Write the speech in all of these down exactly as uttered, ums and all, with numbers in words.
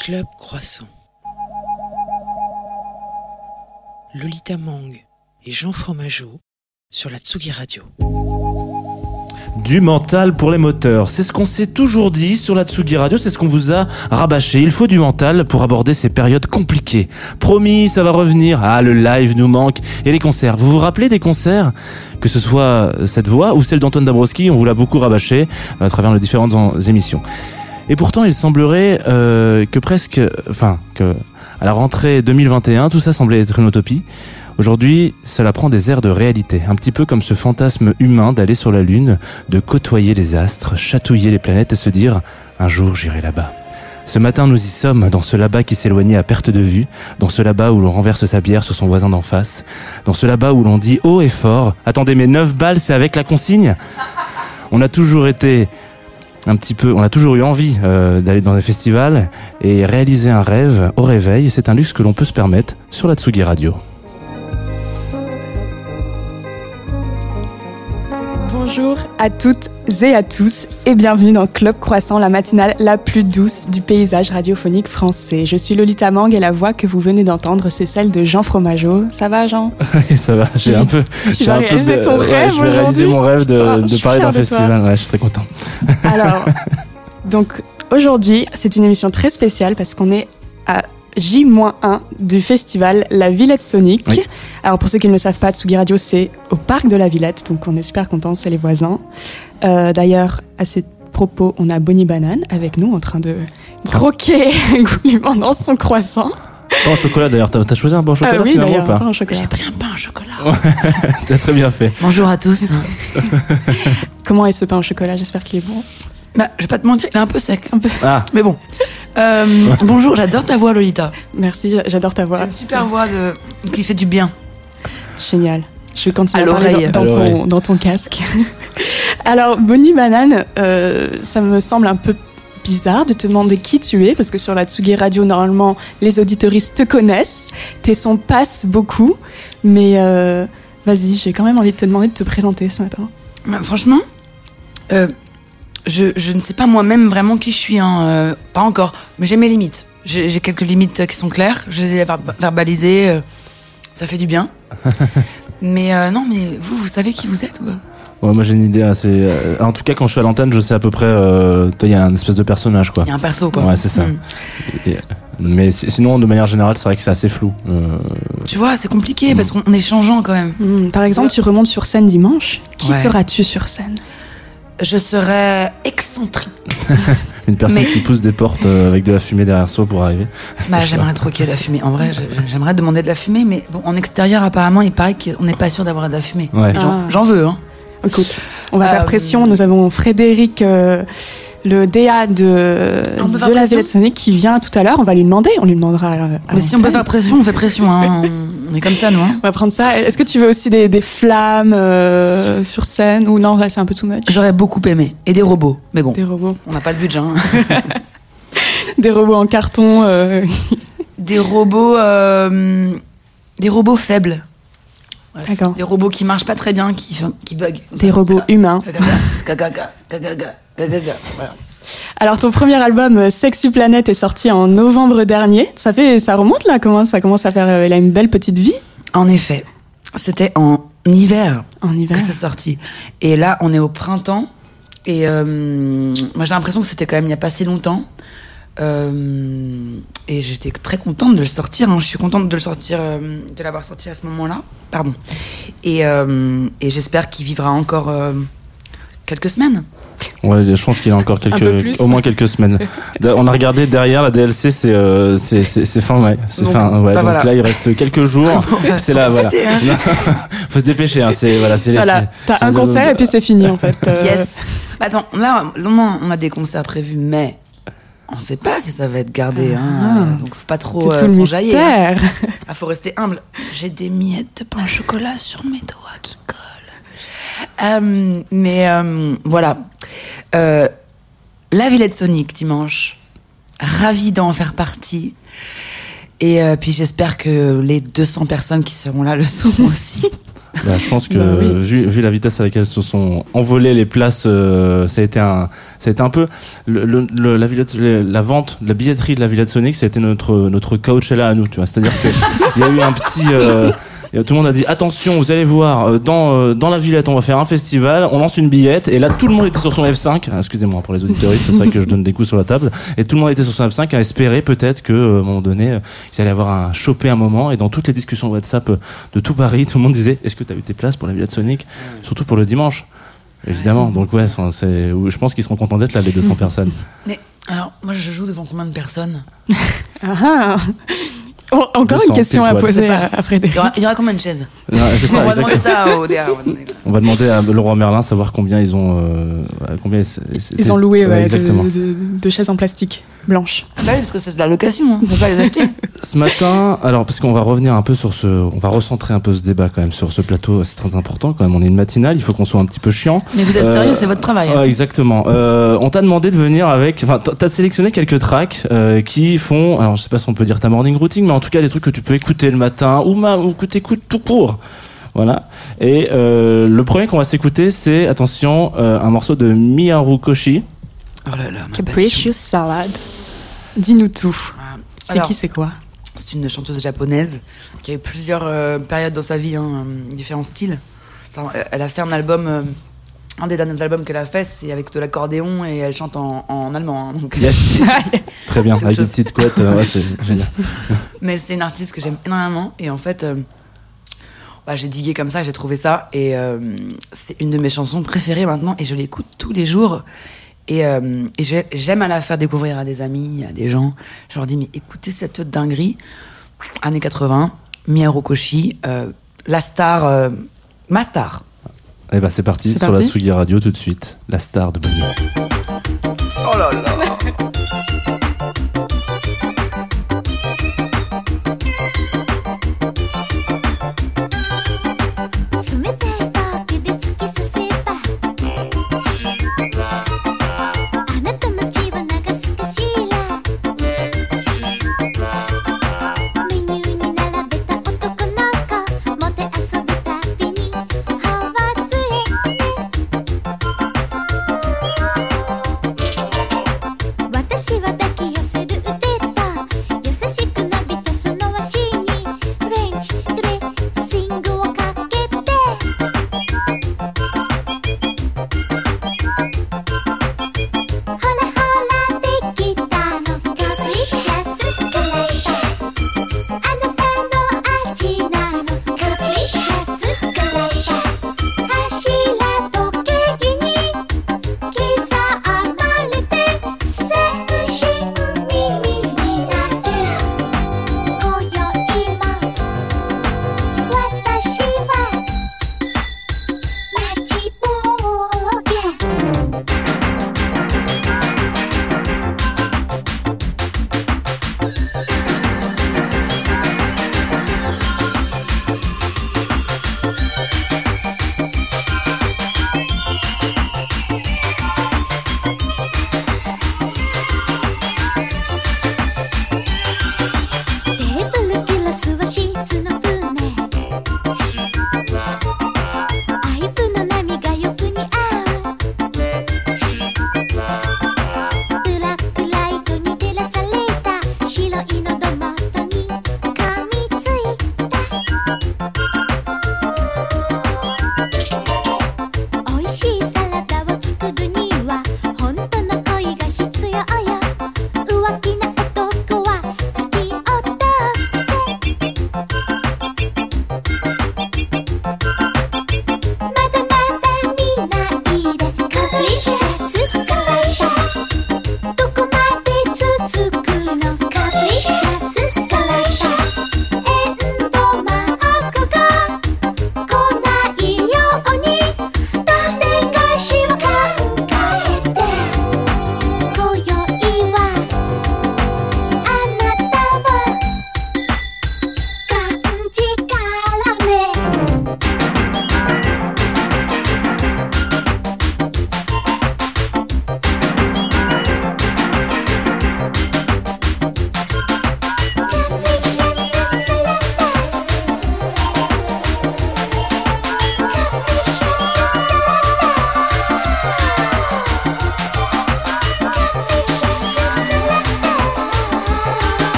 Club Croissant. Lolita Mang et Jean Fromageau sur la Tsugi Radio. Du mental pour les moteurs, c'est ce qu'on s'est toujours dit sur la Tsugi Radio, c'est ce qu'on vous a rabâché. Il faut du mental pour aborder ces périodes compliquées. Promis, ça va revenir. Ah, le live nous manque. Et les concerts. Vous vous rappelez des concerts ? Que ce soit cette voix ou celle d'Antoine Dabrowski, on vous l'a beaucoup rabâché à travers les différentes émissions. Et pourtant, il semblerait euh, que presque, enfin, que à la rentrée deux mille vingt et un, tout ça semblait être une utopie. Aujourd'hui, cela prend des airs de réalité, un petit peu comme ce fantasme humain d'aller sur la Lune, de côtoyer les astres, chatouiller les planètes et se dire « un jour j'irai là-bas ». Ce matin, nous y sommes, dans ce là-bas qui s'éloignait à perte de vue, dans ce là-bas où l'on renverse sa bière sur son voisin d'en face, dans ce là-bas où l'on dit haut et fort « attendez, mais neuf balles, c'est avec la consigne ?» On a toujours été un petit peu, on a toujours eu envie euh, d'aller dans des festivals et réaliser un rêve au réveil, c'est un luxe que l'on peut se permettre sur la Tsugi Radio. Bonjour à toutes et à tous et bienvenue dans Club Croissant, la matinale la plus douce du paysage radiophonique français. Je suis Lolita Mang et la voix que vous venez d'entendre, c'est celle de Jean Fromageau. Ça va, Jean ? Oui, ça va. J'ai un peu. Tu vas réaliser ton ouais, rêve je vais réaliser mon rêve de, Putain, de parler d'un festival. Ouais, je suis très content. Alors, donc aujourd'hui, c'est une émission très spéciale parce qu'on est à J moins un du festival La Villette Sonic. Oui. Alors pour ceux qui ne le savent pas, Tsugi Radio, c'est au parc de la Villette, donc on est super contents, c'est les voisins. Euh, d'ailleurs, à ce propos, on a Bonnie Banane avec nous en train de croquer goulûment dans son croissant. Pain au chocolat d'ailleurs, t'as, t'as choisi un pain au chocolat euh, oui, finalement ou pas ? Pain au chocolat. J'ai pris un pain au chocolat. T'as très bien fait. Bonjour à tous. Comment est ce pain au chocolat ? J'espère qu'il est bon. Bah, je vais pas te mentir, il est un peu sec. Un peu. Ah. Mais bon. Euh, bonjour, j'adore ta voix, Lolita. Merci, j'adore ta voix. C'est une super voix de... qui fait du bien. Génial. Je vais continuer à, à parler dans, dans, ton, dans ton casque. Alors, Bonnie Banane, euh, ça me semble un peu bizarre de te demander qui tu es, parce que sur la Tsugi Radio, normalement, les auditeuristes te connaissent, tes sons passent beaucoup, mais euh, vas-y, j'ai quand même envie de te demander de te présenter ce matin. Bah, franchement, euh, je, je ne sais pas moi-même vraiment qui je suis, hein, euh, pas encore, mais j'ai mes limites. J'ai, j'ai quelques limites qui sont claires, je les ai ver- verbalisées, euh, ça fait du bien. Mais euh, non, mais vous, vous savez qui vous êtes ou... Ouais, moi j'ai une idée assez. Euh, en tout cas, quand je suis à l'antenne, je sais à peu près. Euh, il y a un espèce de personnage, quoi. Il y a un perso, quoi. Ouais, c'est ça. Mm. Et, mais sinon, de manière générale, c'est vrai que c'est assez flou. Euh... Tu vois, c'est compliqué mm. parce qu'on est changeant quand même. Mm. Par exemple, ouais. Tu remontes sur scène dimanche. Qui ouais. seras-tu sur scène ? Je serais excentrique. Une personne mais... qui pousse des portes euh, avec de la fumée derrière soi pour arriver. Bah, j'aimerais trop qu'il y ait de la fumée. En vrai, j'aimerais demander de la fumée, mais bon, en extérieur, apparemment, il paraît qu'on n'est pas sûr d'avoir de la fumée. Ouais. J'en, ah. j'en veux, hein. Écoute, on va euh, faire pression. Euh... Nous avons Frédéric, euh, le D A de, de la Villette Sonic, qui vient tout à l'heure. On va lui demander. On lui demandera. Euh, mais si on peut faire pression, on fait pression. Hein. On est comme ça, nous. Hein. On va prendre ça. Est-ce que tu veux aussi des, des flammes euh, sur scène ou non, là, c'est un peu too much. J'aurais beaucoup aimé. Et des robots. Mais bon. Des robots. On n'a pas de budget. Hein. Des robots en carton. Euh... Des robots. Euh, des robots faibles. Ouais. D'accord. Des robots qui marchent pas très bien, qui, qui bug. Des enfin, robots gaga, humains. Gaga, gaga, gaga, gaga, gaga, voilà. Alors ton premier album Sexy Planet est sorti en novembre dernier. Ça fait, ça remonte là, comment ça commence à faire. Il a une belle petite vie. En effet, c'était en hiver. En hiver. Que c'est sorti. Et là, on est au printemps. Et euh, moi, j'ai l'impression que c'était quand même il n'y a pas si longtemps. Euh, et j'étais très contente de le sortir. Hein. Je suis contente de le sortir, euh, de l'avoir sorti à ce moment-là. Pardon. Et, euh, et j'espère qu'il vivra encore euh, quelques semaines. Ouais, je pense qu'il a encore quelques, au moins quelques semaines. On a regardé derrière la D L C, c'est euh, c'est, c'est, c'est fin mai. C'est donc, fin, ouais. Bah donc voilà. Là, il reste quelques jours. C'est là, voilà. Fêter, hein. Faut se dépêcher. Hein. C'est voilà, c'est. Voilà. Les, T'as c'est un concert et puis c'est fini en fait. Euh... Yes. Bah, attends, là, on a des concerts prévus, mais on sait pas si ça va être gardé. Hein. Ah. Donc faut pas trop c'est euh, tout le s'enjailler. Mystère. Hein. Ah, faut rester humble. J'ai des miettes de pain au chocolat sur mes doigts qui collent. Euh, mais euh, voilà. Euh, la Villette Sonic dimanche. Ravie d'en faire partie. Et euh, puis j'espère que les deux cents personnes qui seront là le seront aussi. Bah, je pense que Bah oui. vu, vu la vitesse à laquelle se sont envolées les places, euh, ça a été un, ça a été un peu le, le, le- la, Villette- la vente, la billetterie de la Villette Sonic, ça a été notre notre Coachella à nous, tu vois. C'est-à-dire que il y a eu un petit, euh, et tout le monde a dit attention, vous allez voir, euh, dans euh, dans la Villette, on va faire un festival, on lance une billette, et là tout le monde était sur son F cinq. Ah, excusez-moi pour les auditeurs, c'est ça que je donne des coups sur la table. Et tout le monde était sur son F cinq à espérer peut-être que, euh, à un moment donné, euh, ils allaient avoir un choper un moment. Et dans toutes les discussions WhatsApp euh, de tout Paris, tout le monde disait est-ce que tu as eu tes places pour la Villette Sonic, surtout pour le dimanche. Évidemment, donc ouais, c'est, c'est- je pense qu'ils seront contents d'être là, les deux cents personnes. Mais alors, moi, je joue devant combien de personnes? Ah ah. Oh, encore deux cents une question à pile poil. poser Je sais à, à Il Frédéric. y aura, il y aura combien de chaises? Ouais, c'est ça, On va demander exactement. ça au D A. on va demander- On va demander à Leroy Merlin savoir combien ils ont, euh, combien c'est- c'était- Ils ont loué ouais, de, exactement. de- de chaises en plastique blanches. Ah bah oui, parce que c'est de la location, hein. On peut pas les acheter. Ce matin, alors parce qu'on va revenir un peu sur ce, on va recentrer un peu ce débat quand même sur ce plateau, c'est très important quand même. On est une matinale, il faut qu'on soit un petit peu chiant. Mais vous êtes Euh, sérieux, c'est votre travail. hein. Ouais, exactement. Euh, on t'a demandé de venir avec, enfin, t'as sélectionné quelques tracks euh, qui font, alors je sais pas si on peut dire ta morning routine, mais en tout cas des trucs que tu peux écouter le matin ou, ma, ou que t'écoutes tout court. Voilà. Et euh, le premier qu'on va s'écouter, c'est attention, euh, un morceau de Miharu Koshi. Oh là là, ma Capricious passion. Salad. Dis-nous tout. Ah, C'est alors, qui, c'est quoi? C'est une chanteuse japonaise qui a eu plusieurs euh, périodes dans sa vie, hein, euh, différents styles. Ça, Elle a fait un album, euh, un des derniers albums qu'elle a fait, c'est avec de l'accordéon et elle chante en, en allemand. hein, donc, Yes. Très bien. C'est Avec autre une chose. petite couette, euh, ouais, c'est génial. Mais c'est une artiste que j'aime énormément et en fait, euh, bah, j'ai digué comme ça, j'ai trouvé ça et euh, c'est une de mes chansons préférées maintenant et je l'écoute tous les jours. Et, euh, et j'ai- j'aime à la faire découvrir à des amis, à des gens. Je leur dis, mais écoutez cette dinguerie, années quatre-vingts, Miharu Koshi, euh, la star, euh, ma star. Et bah c'est parti C'est sur parti. la Tsugi Radio tout de suite, la star de Bonnie. Oh là là. 冷たいフォークで突き刺せばあなたの血は流すかしらメニューに並べた男の子もてあそぶたびに頬をつえね私は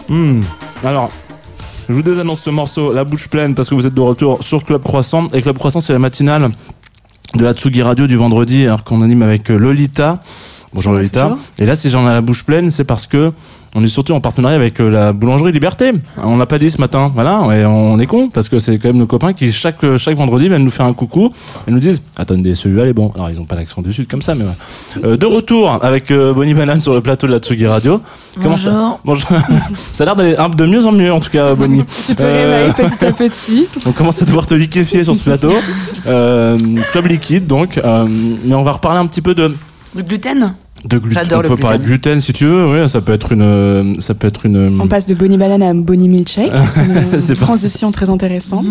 Mmh. Alors, je vous désannonce ce morceau, la bouche pleine, parce que vous êtes de retour sur Club Croissant. Et Club Croissant, c'est la matinale de la Tsugi Radio du vendredi, alors qu'on anime avec Lolita. Bonjour Lolita. Bonjour. Et là, si j'en ai la bouche pleine, c'est parce que on est surtout en partenariat avec la boulangerie Liberté. On l'a pas dit ce matin, voilà, et on est con parce que c'est quand même nos copains qui chaque chaque vendredi viennent nous faire un coucou et nous disent attendez, celui-là il est bon. Alors ils ont pas l'accent du sud comme ça, mais ouais. euh, de retour avec euh, Bonnie Banane sur le plateau de la Tsugi Radio. Comment Bonjour. ça Bonjour. Ça a l'air d'aller un- de mieux en mieux en tout cas, Bonnie. Tu te Euh, réveilles petit à petit. On commence à devoir te liquéfier sur ce plateau. Euh, club liquide donc, euh, mais on va reparler un petit peu de Le gluten. de gluten. J'adore On le peut parler de gluten. gluten si tu veux. Oui, ça peut être une, euh, ça peut être une. On passe de Bonnie Banane à Bonnie Milkshake. C'est une C'est pas- transition très intéressante.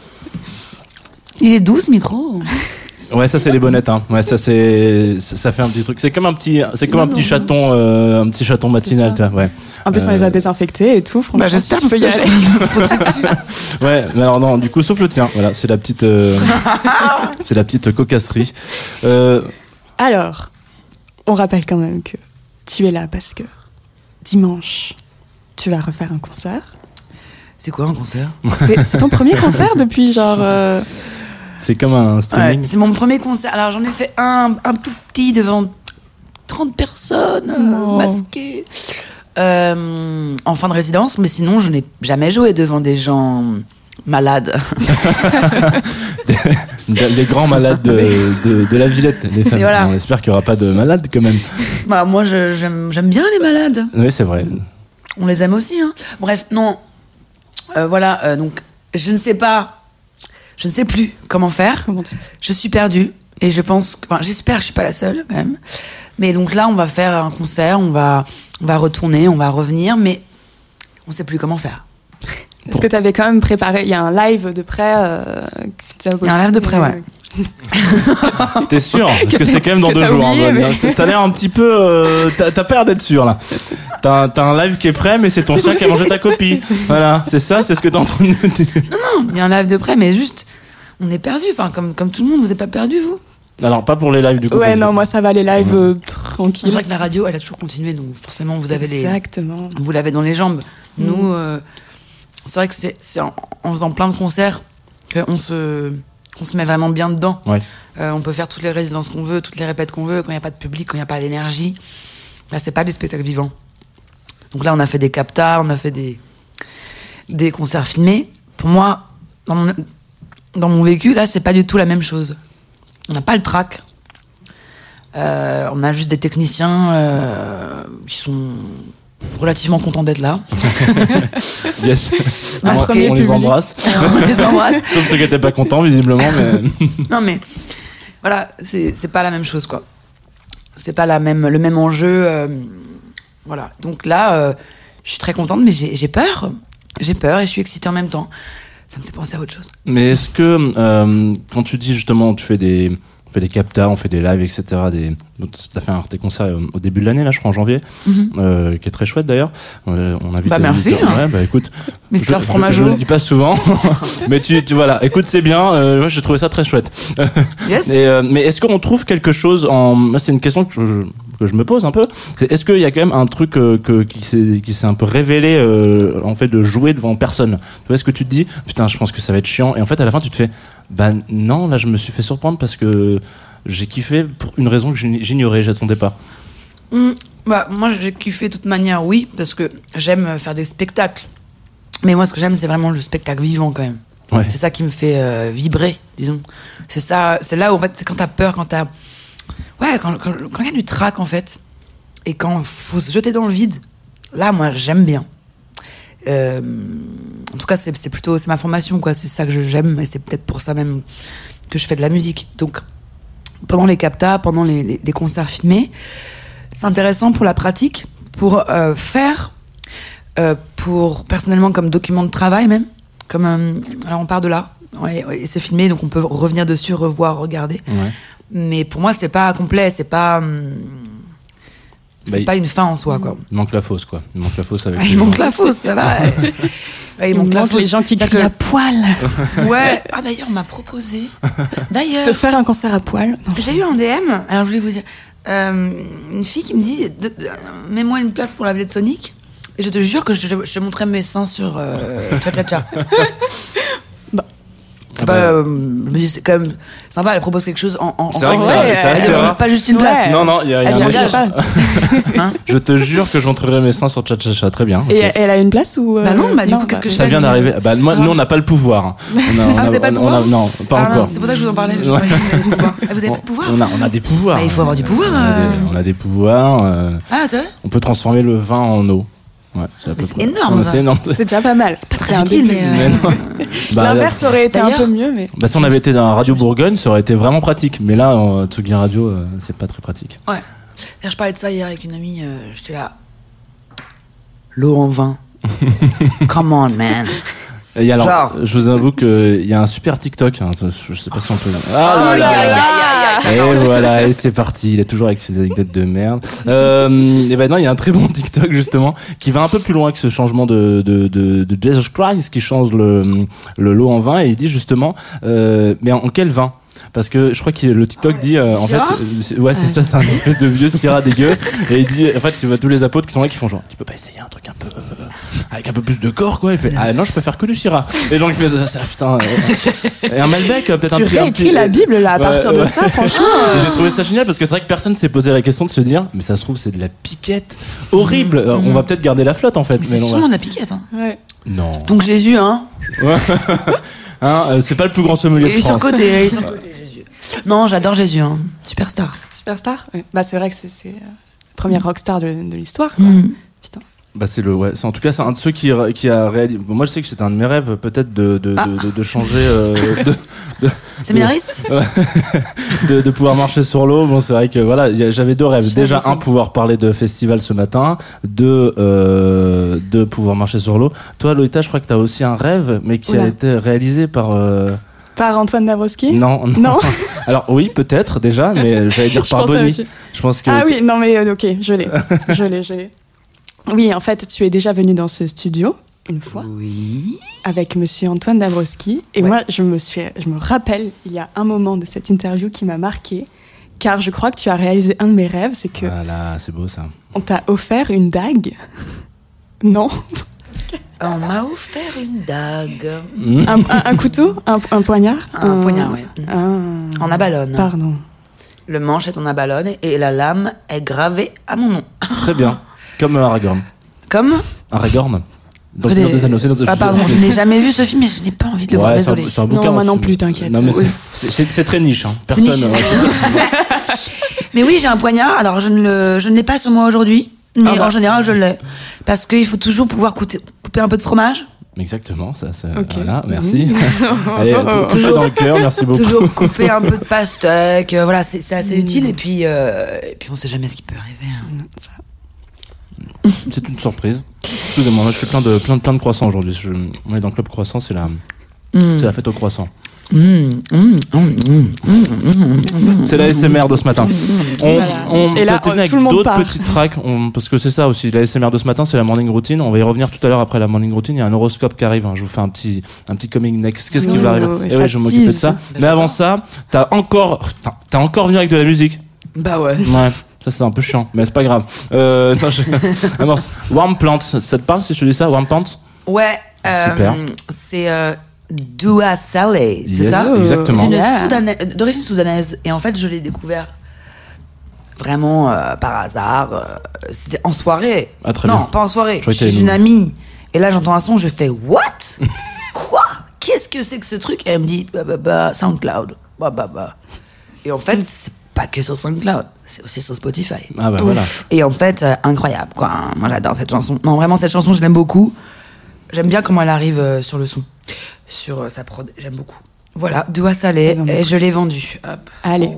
Il est doux ce micro. Ouais, ça c'est les bonnettes. Hein. Ouais, ça c'est, ça ça fait un petit truc. C'est comme un petit, c'est comme un petit chaton, euh, un petit chaton matinal. ça. Tu vois, ouais. En plus, on Euh, les a désinfectés et tout. Franchement, Bah, j'espère tu peux parce y que aller. j'ai frotté dessus. Ouais, mais alors non, du coup, sauf le tien. Voilà, c'est la petite, euh, c'est la petite cocasserie. Euh, Alors, on rappelle quand même que tu es là parce que dimanche, tu vas refaire un concert. C'est quoi un concert? C'est c'est ton premier concert depuis genre. euh, c'est comme un Ouais, streaming. c'est mon premier concert. Alors j'en ai fait un, un tout petit devant trente personnes euh, Oh. masquées euh, en fin de résidence, mais sinon je n'ai jamais joué devant des gens malades. Les grands malades de, de, de la Villette, les femmes. Et voilà. On espère qu'il y aura pas de malades quand même. Bah, moi je- j'aime j'aime bien les malades. Oui, c'est vrai. On les aime aussi. Hein. Bref, non. Euh, voilà, euh, donc je ne sais pas, je ne sais plus comment faire. Comment tu... Je suis perdue et je pense, que- enfin, j'espère que je suis pas la seule quand même. Mais donc là, on va faire un concert, on va, on va retourner, on va revenir, mais on sait plus comment faire. Est-ce que tu avais quand même préparé. Il y a un live de près. euh, que t'as Il y a un live de près, ouais. T'es sûr? Parce que c'est quand même dans que deux t'as jours. oublié, hein, Bonnie, mais- hein. T'as l'air un petit peu. euh, t'as, t'as peur d'être sûr là. T'as, un- t'as un live qui est prêt, mais c'est ton chien qui a mangé ta copie. Voilà, c'est ça, c'est ce que t'es en train de nous dire. Il y a un live de près, mais juste, on est perdu. Enfin, comme, comme tout le monde, vous n'êtes pas perdu, vous? Alors, pas pour les lives du coup. Ouais, parce que- non, moi ça va les lives euh, C'est tranquilles. vrai que la radio, elle a toujours continué, donc forcément, vous avez les, Exactement. vous l'avez dans les jambes. Mm. Nous, euh, c'est vrai que c'est, c'est en, en faisant plein de concerts qu'on se, on se met vraiment bien dedans. Ouais. Euh, on peut faire toutes les résidences qu'on veut, toutes les répètes qu'on veut, quand il n'y a pas de public, quand il n'y a pas d'énergie. Là, c'est pas du spectacle vivant. Donc là, on a fait des captas, on a fait des, des concerts filmés. Pour moi, dans mon, dans mon vécu, là, c'est pas du tout la même chose. On n'a pas le trac. Euh, on a juste des techniciens euh, qui sont relativement contents d'être là. Yes. Un on, premier on les public. embrasse. On les embrasse. Sauf ceux qui n'étaient pas contents, visiblement. Mais... Non mais voilà, c'est c'est pas la même chose quoi. C'est pas la même le même enjeu. euh, voilà. Donc là, euh, je suis très contente, mais j'ai j'ai peur. J'ai peur et je suis excitée en même temps. Ça me fait penser à autre chose. mais est-ce que, euh, quand tu dis justement, tu fais des. On fait des captas, on fait des lives, et cetera. Des... Tu as fait un tes concerts euh, au début de l'année, là, je crois, en janvier, Mhm. euh, qui est très chouette d'ailleurs. Euh, on invite Bah, les merci, auditeurs. hein. Ouais, bah écoute. Mister je, je, Fromageau. je le dis pas souvent, mais tu, tu voilà. Écoute, c'est bien. Euh, moi, j'ai trouvé ça très chouette. Yes. Et, euh, mais est-ce qu'on trouve quelque chose en. Moi, c'est une question que je, que je me pose un peu. C'est, est-ce qu'il y a quand même un truc euh, que, qui, s'est, qui s'est un peu révélé, euh, en fait, de jouer devant personne? Tu vois, est-ce que tu te dis, putain, je pense que ça va être chiant. Et en fait, à la fin, tu te fais, bah non, là, je me suis fait surprendre parce que j'ai kiffé pour une raison que j'ign- j'ignorais, j'attendais pas. Mm, bah, moi, j'ai kiffé de toute manière, oui, parce que j'aime faire des spectacles. Mais moi, ce que j'aime, c'est vraiment le spectacle vivant, quand même. Ouais. C'est ça qui me fait euh, vibrer, disons. C'est ça, c'est là où, en fait, c'est quand t'as peur, quand t'as. Ouais, quand quand quand il y a du trac, en fait, et quand faut se jeter dans le vide, là, moi, j'aime bien. Euh, en tout cas, c'est c'est plutôt. C'est ma formation, quoi. C'est ça que je- j'aime, et c'est peut-être pour ça même que je fais de la musique. Donc, pendant les captas, pendant les, les, les concerts filmés, c'est intéressant pour la pratique, pour euh, faire, euh, pour personnellement comme document de travail même, comme euh, alors on part de là, ouais, ouais, c'est filmé donc on peut revenir dessus, revoir, regarder. Ouais. Mais pour moi c'est pas complet, c'est pas hum, c'est Bah, pas une fin en soi quoi. Il manque la fosse, quoi. Il manque la fosse avec Ah, les il gens. manque la fosse, ça va. Ouais, il manque la fosse. les gens qui C'est-à-dire crient à que- poil. Ouais. Ah d'ailleurs on m'a proposé. D'ailleurs. Te faire un concert à poil. Non. J'ai eu un D M, alors je voulais vous dire, euh, une fille qui me dit de- de- mets-moi une place pour la Villette Sonic. Et je te jure que je te, je te montrerai mes seins sur euh, Cha Cha Cha. Bah. C'est Ah pas. bah. euh, je me dis, c'est quand même sympa, elle propose quelque chose en. en C'est vrai que en- ça- ouais, c'est elle assez Elle rare. demande pas juste une Ouais. place. Non, non, il y a, il y a Elle un s'engage échange. pas. Hein Je te jure que je montrerai mes seins sur Cha-Cha-Cha. Très bien. Et ok. elle a une place ou euh, Bah non, bah du coup, qu'est-ce que je Ça fais vient d'arriver. Bah, moi, Ah. nous, on n'a pas le pouvoir. On a, on Ah, a- vous avez pas le on a- pouvoir Non, pas Ah, non, encore. c'est pour ça que je vous en parlais. Je Ouais. croyais que vous avez le pouvoir. Ah, vous avez On, pas de pouvoir on a, on a des pouvoirs. Bah, il faut avoir du pouvoir. On a euh. des, on a des pouvoirs. euh, Ah, c'est vrai on peut transformer le vin en eau. Ouais, c'est à peu Mais c'est près. énorme, Ouais, ça. C'est énorme. C'est déjà pas mal. Pas très un utile, début. mais. euh, Mais non. Bah, L'inverse aurait été un D'ailleurs- peu mieux, mais. Bah, si on avait été dans Radio Bourgogne, ça aurait été vraiment pratique. Mais là, en Tsugi Radio, euh, c'est pas très pratique. Ouais. D'ailleurs, je parlais de ça hier avec une amie. euh, J'étais là. L'eau en vin. Come on, man. Et alors, Genre. je vous avoue qu'il y a un super TikTok. Hein, je sais pas si on peut. Ah, Oh, là, aïe, là, aïe, là. aïe, aïe, aïe, Et voilà, et c'est parti. Il est toujours avec ses anecdotes de merde. Euh, et ben non, il y a un très bon TikTok justement qui va un peu plus loin que ce changement de de de, de Jesus Christ qui change le le lot en vin et il dit justement, euh, mais en, en quel vin? Parce que je crois que le TikTok dit euh, en fait Syrah euh, c'est- ouais c'est ça, c'est un espèce de vieux Syrah dégueu et il dit en fait tu vois tous les apôtres qui sont là qui font genre tu peux pas essayer un truc un peu euh, avec un peu plus de corps quoi. Il fait ah non je préfère que du Syrah et donc il fait ça putain euh, et un Malbec euh, peut-être Tu un petit un réécris petit- la Bible là à Ouais, partir de ouais. ça, franchement. Et J'ai trouvé ça génial parce que c'est vrai que personne s'est posé la question de se dire mais ça se trouve c'est de la piquette horrible. Alors, on va peut-être garder la flotte en fait. Mais c'est non, sûrement de la piquette. Hein. Ouais. non. Donc Jésus, hein. Hein, euh, c'est pas le plus grand sommelier Il de est France. surcoté, il est surcoté, Jésus. Non, j'adore Jésus, hein. Superstar. Superstar. Ouais. Bah c'est vrai que c'est c'est euh, première rockstar de, de l'histoire. quoi. Mm. Putain. Bah c'est le ouais. C'est en tout cas c'est un de ceux qui qui a réalisé. Moi je sais que c'était un de mes rêves peut-être de de, Ah. de, de, de changer euh, de, Séminariste de, de pouvoir marcher sur l'eau. Bon, c'est vrai que voilà, y a- j'avais deux rêves. J'avoue, Déjà, ça. un, pouvoir parler de festival ce matin. Deux, euh, de pouvoir marcher sur l'eau. Toi, Lolita, je crois que tu as aussi un rêve, mais qui Oula. a été réalisé par. euh, Par Antoine Dabrowski. Non, non. Non. Alors, oui, peut-être déjà, mais j'allais dire Je par pensais Bonnie. aussi. Je pense que. Ah oui, non mais euh, ok, je l'ai. je l'ai, je l'ai. Oui, en fait, tu es déjà venu dans ce studio une fois Oui. avec monsieur Antoine Dabrowski. Et Ouais. moi, je me, suis, je me rappelle, il y a un moment de cette interview qui m'a marqué, car je crois que tu as réalisé un de mes rêves, c'est que Voilà, c'est beau ça. on t'a offert une dague. Non. On m'a offert une dague. Mmh. Un, un- un couteau un, un poignard Un poignard, ouais. un- En abalone. Pardon. Le manche est en abalone et la lame est gravée à mon nom. Très bien. Comme euh, Aragorn. Comme. Aragorn. Dans le Des- Seigneur des Anneaux. c'est notre- Ah, pardon, je n'ai jamais vu ce film et je n'ai pas envie de le voir, Ouais, c'est un- désolé. c'est un Non, bouquin moi non aussi. plus, t'inquiète. Non, mais Oui. c'est- c'est c'est très niche. Hein. C'est Personne. niche. ouais. Mais oui, j'ai un poignard. Alors, je ne, le, je ne l'ai pas sur moi aujourd'hui, mais Ah bah. en général, je l'ai. Parce qu'il faut toujours pouvoir couper, couper un peu de fromage. Exactement, ça, ça Ok. voilà, merci. Allez, tou- touché Toujours- dans le cœur, merci beaucoup. Toujours couper un peu de pastèque. euh, voilà, c'est c'est assez Mm. utile. Et puis, euh, et puis, on sait jamais ce qui peut arriver. hein. Ça. C'est une surprise. Excusez-moi, moi, je fais plein de, plein de, plein de croissants aujourd'hui. Je- On est dans le club croissant, c'est la, Mm. c'est la fête au croissant. Mm, mm, mm, mm, mm, C'est la S M R de ce matin. On, Voilà. on Et là, peut terminer tout le avec monde d'autres part. petites tracks, on- parce que c'est ça aussi. La S M R de ce matin, c'est la morning routine. On va y revenir tout à l'heure après la morning routine. Il y a un horoscope qui arrive. hein. Je vous fais un petit, un petit coming next. Qu'est-ce qui Oui, va arriver oui, Eh ça ouais, je vais m'occuper de tease. ça. Mais avant ça, t'as encore, t'as t'as encore venu avec de la musique. Bah ouais. Ouais, ça c'est un peu chiant, mais c'est pas grave. Euh, non, je... Ah non, c'est- Warm Plants, ça te parle si je te dis ça, Warm Plants? Ouais. euh, Super. C'est euh, Dua Saleh, c'est Yes, ça exactement. C'est une Yeah. Soudanaise- d'origine soudanaise. Et en fait, je l'ai découvert vraiment euh, par hasard. euh, C'était en soirée. Ah, très non, bien. pas en soirée. Je crois que Chez t'avais une une- amie. Et là, j'entends un son, je fais What Quoi Qu'est-ce que c'est que ce truc Et elle me dit bah, bah, bah, SoundCloud. Bah, bah, bah. Et en fait, c'est pas que sur SoundCloud, c'est aussi sur Spotify. Ah bah voilà. Et en fait, euh, incroyable, quoi. Moi, j'adore cette chanson. Non, vraiment, cette chanson, je l'aime beaucoup. J'aime bien comment elle arrive euh, sur le son, sur euh, sa prod. J'aime beaucoup. Voilà, Dua Saleh, Eh ben, et écoute. je l'ai vendu. Hop. Allez.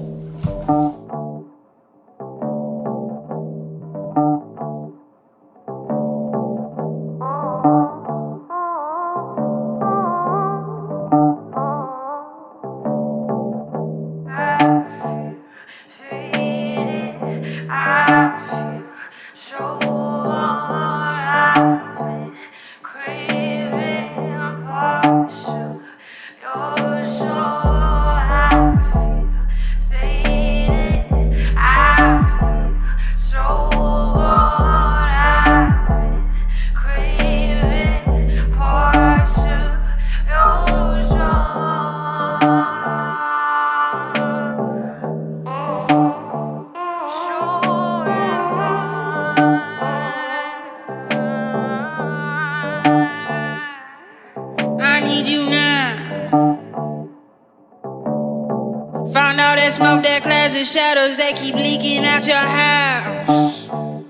that smoke, that clouds and shadows that keep leaking out your house.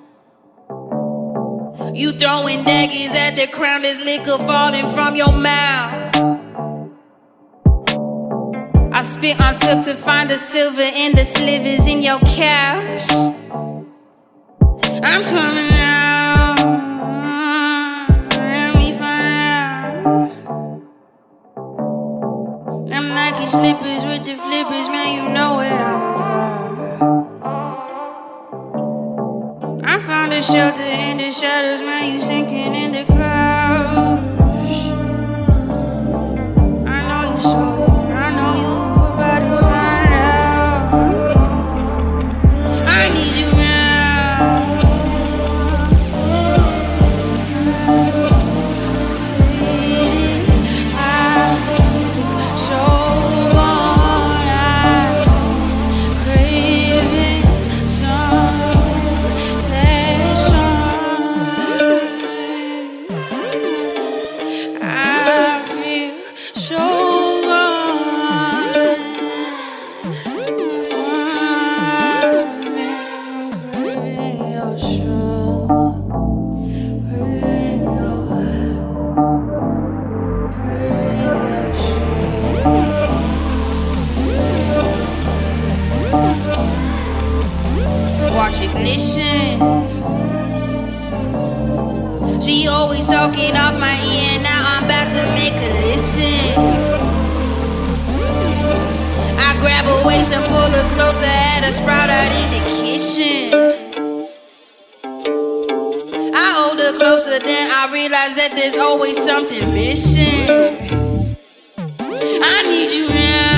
You throwing daggers at the crown, there's liquor falling from your mouth. I spit on silk to find the silver in the slivers in your couch. I'm coming out, let me find out. I'm Nike slippers with the flippers, man, you know what I'm about. I found a shelter in the shadows, man, you sinking in the clouds. I know you saw it, I know you about to find out. I need you now. I feel so worn out, craving some I feel so gone. Radio show, radio, radio show. Watch it glisten. She always talking off my ear, now I'm about to make her listen. I grab her waist and pull her closer, had her sprout out in the kitchen. I hold her closer, then I realize that there's always something missing. I need you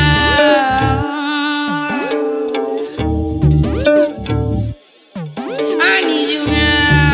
now. I need you now.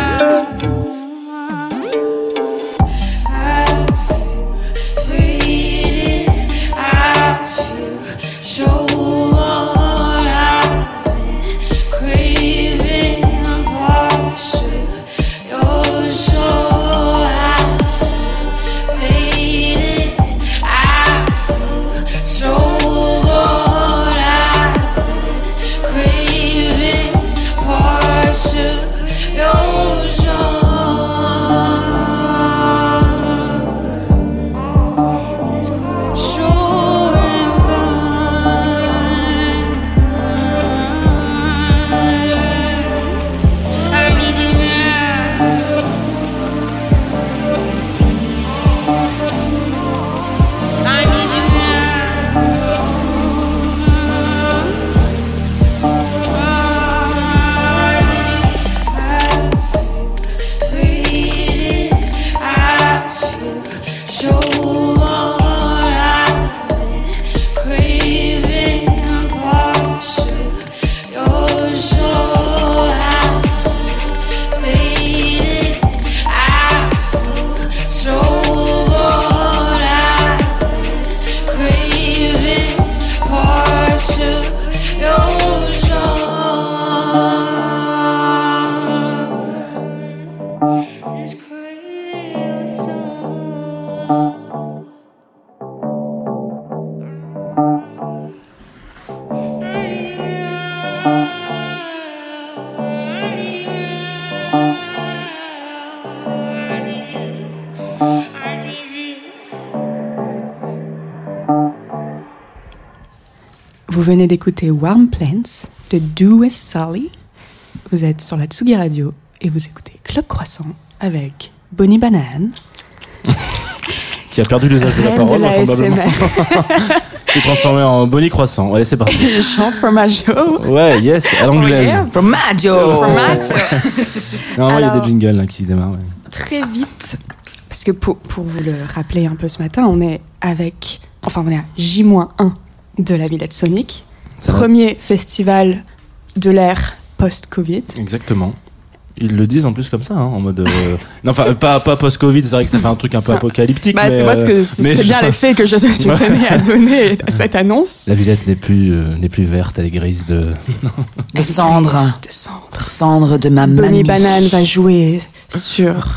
Vous venez d'écouter Warm Plants de Do With Sally. Vous êtes sur la Tsugi Radio et vous écoutez Club Croissant avec Bonnie Banane. Qui a perdu l'usage de la parole, vraisemblablement. S'est transformé en Bonnie Croissant. Allez, c'est parti. Jean Fromageau. Ouais, yes, à l'anglaise. Oh yeah. Formaggio. Formaggio. Non, il y a Alors, des jingles là, qui démarrent. Ouais. Très vite, parce que pour, pour vous le rappeler un peu ce matin, on est avec, enfin on est à J un de la Villette Sonic, Ça premier va. festival de l'ère post-Covid. Exactement. Ils le disent en plus comme ça, hein, en mode. Euh... non, enfin, pas, pas post-Covid, c'est vrai que ça fait un truc un peu ça... apocalyptique. Bah, mais c'est moi ce que c'est, c'est bien l'effet que je, je tenais à donner à cette annonce. La Villette n'est plus, euh, n'est plus verte, elle est grise de. de cendre. De cendre. Cendre de ma Bonnie mamie. Banane va jouer sur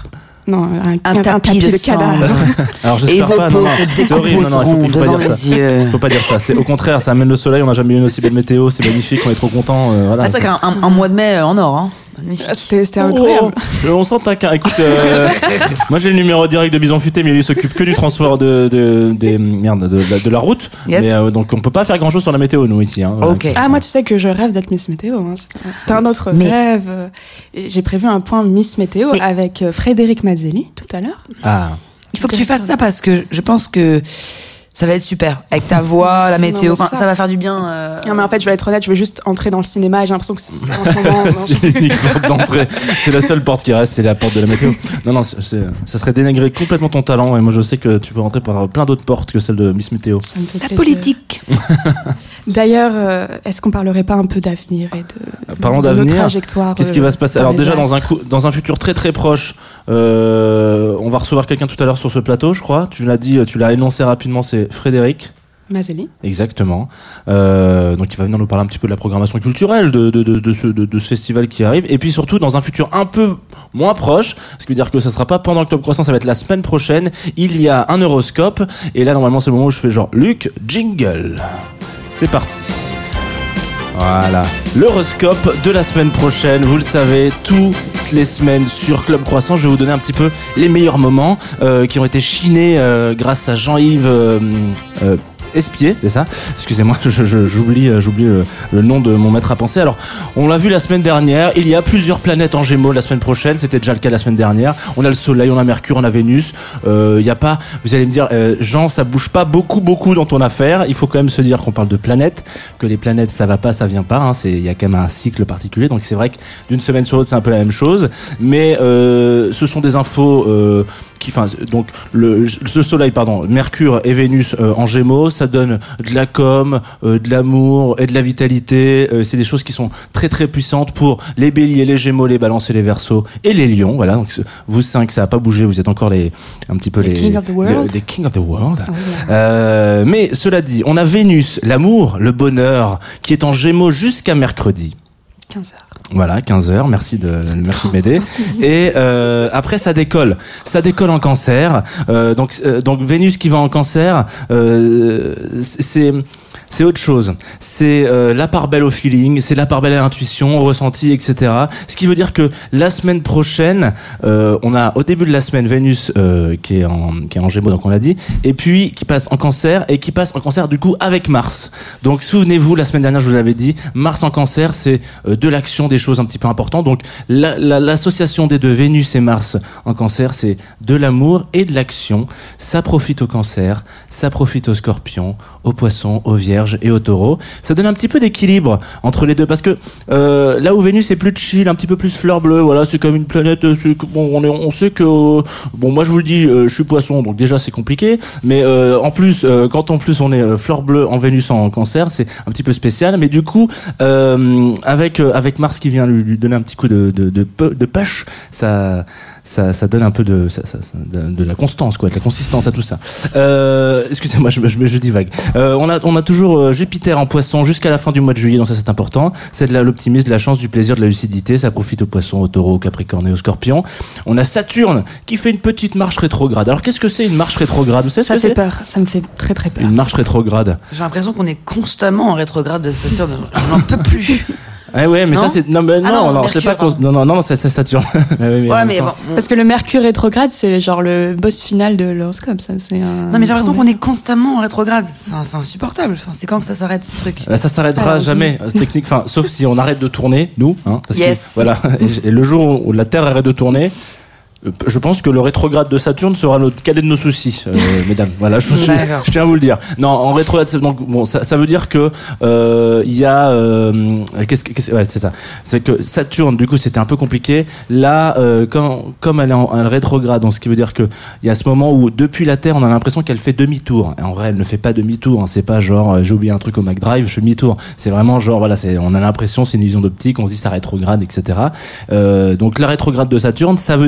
Non, un, Un tapis de sang. cadavres. Alors Et j'espère vos pas, non, peaux non, se c'est horrible, non, non, il faut, il faut pas devant dire ça. les yeux. Faut pas dire ça. C'est au contraire, ça amène le soleil. On n'a jamais eu une aussi belle météo. C'est magnifique. On est trop contents. Euh, voilà. Ah, c'est vrai qu'un un, un mois de mai euh, en or, hein. Magnifique. C'était, c'était Oh, incroyable. on s'en taquin. Écoute, euh, moi j'ai le numéro direct de Bison Futé, mais il s'occupe que du transport de de des merde de, de, de la route. Yes. Mais, euh, donc on peut pas faire grand chose sur la météo nous ici. Hein. Ok. Ah, moi, tu sais que je rêve d'être Miss Météo. Hein. C'était- C'était un autre Mais- rêve. euh, et J'ai prévu un point Miss Météo Mais- avec euh, Frédéric Mazzelli tout à l'heure. Ah. Il faut que tu fasses ça parce que je pense que ça va être super. Avec ta voix, la météo, Non, mais enfin, ça- ça va faire du bien. euh, Non, mais en fait, je vais être honnête, je vais juste entrer dans le cinéma et j'ai l'impression que c'est en ce moment. non, C'est l'unique porte d'entrée. C'est la seule porte qui reste, c'est la porte de la météo. Non, non, c'est, c'est- ça serait dénigrer complètement ton talent. Et moi, je sais que tu peux rentrer par plein d'autres portes que celle de Miss Météo. ça me fait La plaisir. politique. D'ailleurs, euh, est-ce qu'on parlerait pas un peu d'avenir et de, Parlons de nos d'avenir. trajectoires Qu'est-ce qui euh, va se passer? dans Alors les déjà dans un astres. coup, dans un futur très très proche, euh, on va recevoir quelqu'un tout à l'heure sur ce plateau, je crois. Tu l'as dit, tu l'as énoncé rapidement, c'est Frédéric. Mazzelli. Exactement. Euh, donc il va venir nous parler un petit peu de la programmation culturelle de, de, de, de, ce, de, de ce festival qui arrive. Et puis surtout dans un futur un peu moins proche, ce qui veut dire que ça sera pas pendant Octobre Croissant, ça va être la semaine prochaine. Il y a un horoscope. Et là normalement c'est le moment où je fais genre Luc, jingle. C'est parti. Voilà, l'horoscope de la semaine prochaine, vous le savez, toutes les semaines sur Club Croissant, je vais vous donner un petit peu les meilleurs moments euh, qui ont été chinés euh, grâce à Jean-Yves euh, euh, Espier, c'est ça? Excusez-moi, je, je, j'oublie, euh, j'oublie le, le nom de mon maître à penser. Alors, on l'a vu la semaine dernière, il y a plusieurs planètes en Gémeaux la semaine prochaine, c'était déjà le cas la semaine dernière. On a le Soleil, on a Mercure, on a Vénus. Euh, il y a pas, vous allez me dire, euh, Jean, ça bouge pas beaucoup, beaucoup dans ton affaire. Il faut quand même se dire qu'on parle de planètes, que les planètes, ça va pas, ça vient pas. Hein, c'est, il y a quand même un cycle particulier, donc c'est vrai que d'une semaine sur l'autre, c'est un peu la même chose. Mais euh, ce sont des infos euh, qui, enfin, donc le, ce Soleil, pardon, Mercure et Vénus euh, en Gémeaux, ça donne de la com, euh, de l'amour et de la vitalité. Euh, c'est des choses qui sont très très puissantes pour les Béliers, les Gémeaux, les Balances et les Verseaux et les Lions. Voilà, donc vous cinq, ça a pas bougé, vous êtes encore les un petit peu Les les King of the World. les, les King of the World. Oh, yeah. Euh, mais cela dit, on a Vénus, l'amour, le bonheur, qui est en Gémeaux jusqu'à mercredi. quinze heures. Voilà, quinze heures, merci de, merci de m'aider. Et euh, après, ça décolle. Ça décolle en Cancer. Euh, donc, euh, donc Vénus qui va en Cancer, euh, c'est c'est autre chose. C'est euh, la part belle au feeling, c'est la part belle à l'intuition, au ressenti, et cetera. Ce qui veut dire que la semaine prochaine, euh, on a au début de la semaine Vénus euh, qui est en qui est en Gémeaux, donc on l'a dit, et puis qui passe en Cancer et qui passe en Cancer du coup avec Mars. Donc souvenez-vous, la semaine dernière, je vous l'avais dit, Mars en Cancer, c'est euh, de l'action, des choses un petit peu importantes. Donc la, la, l'association des deux, Vénus et Mars en Cancer, c'est de l'amour et de l'action. Ça profite au Cancer, ça profite aux Scorpions, aux Poissons, aux Vierges et aux Taureaux. Ça donne un petit peu d'équilibre entre les deux parce que euh, là où Vénus est plus chill, un petit peu plus fleur bleue, voilà, c'est comme une planète. C'est, bon, on, est, on sait que euh, bon, moi je vous le dis, euh, je suis Poisson, donc déjà c'est compliqué. Mais euh, en plus, euh, quand en plus on est euh, fleur bleue en Vénus en Cancer, c'est un petit peu spécial. Mais du coup, euh, avec euh, avec Mars qui vient lui, lui donner un petit coup de de de, de, de push, ça. Ça, ça donne un peu de, ça, ça, ça, de, de la constance, quoi, de la consistance à tout ça. Euh, excusez-moi, je, je, je divague. Euh, on a, on a toujours euh, Jupiter en Poisson jusqu'à la fin du mois de juillet, donc ça c'est important. C'est de la, l'optimisme, de la chance, du plaisir, de la lucidité. Ça profite aux Poissons, aux Taureaux, aux Capricornes et aux Scorpions. On a Saturne qui fait une petite marche rétrograde. Alors qu'est-ce que c'est une marche rétrograde? Vous savez Ça ce que fait c'est? peur, ça me fait très très peur. Une marche rétrograde. J'ai l'impression qu'on est constamment en rétrograde de Saturne. Je n'en peux plus. Ah ouais, mais Non ça c'est non, mais non, Ah non, non, Mercure, c'est pas cons- pardon. non, non, non, c'est, c'est Saturne. Ah ouais, mais en Ouais, même mais temps. bon. on- Parce que le Mercure rétrograde, c'est genre le boss final de l'horoscope. Ça, c'est un Non, mais j'ai l'impression qu'on est constamment en rétrograde. C'est, c'est insupportable. Enfin, c'est quand que ça s'arrête ce truc? Bah, ça s'arrêtera Alors, jamais, c'est technique, enfin, sauf si on arrête de tourner, nous, hein, parce Yes. que, voilà, et, et le jour où la Terre arrête de tourner, euh, je pense que le rétrograde de Saturne sera notre cadet de nos soucis, euh, mesdames. Voilà, je, je, D'accord. je tiens à vous le dire. Non, en rétrograde, c'est- donc bon, ça, ça veut dire que euh, il y a, euh, qu'est-ce que, qu'est-ce, ouais, c'est ça. C'est que Saturne, du coup, c'était un peu compliqué. Là, euh, comme comme elle est en, en rétrograde, donc ce qui veut dire que il y a ce moment où depuis la Terre, on a l'impression qu'elle fait demi-tour. Et en vrai, elle ne fait pas demi-tour. Hein. C'est pas genre euh, j'ai oublié un truc au McDrive, je fais demi-tour. C'est vraiment genre voilà, c'est on a l'impression, c'est une illusion d'optique. On se dit ça rétrograde, et cetera. Euh, donc la rétrograde de Saturne, ça veut dire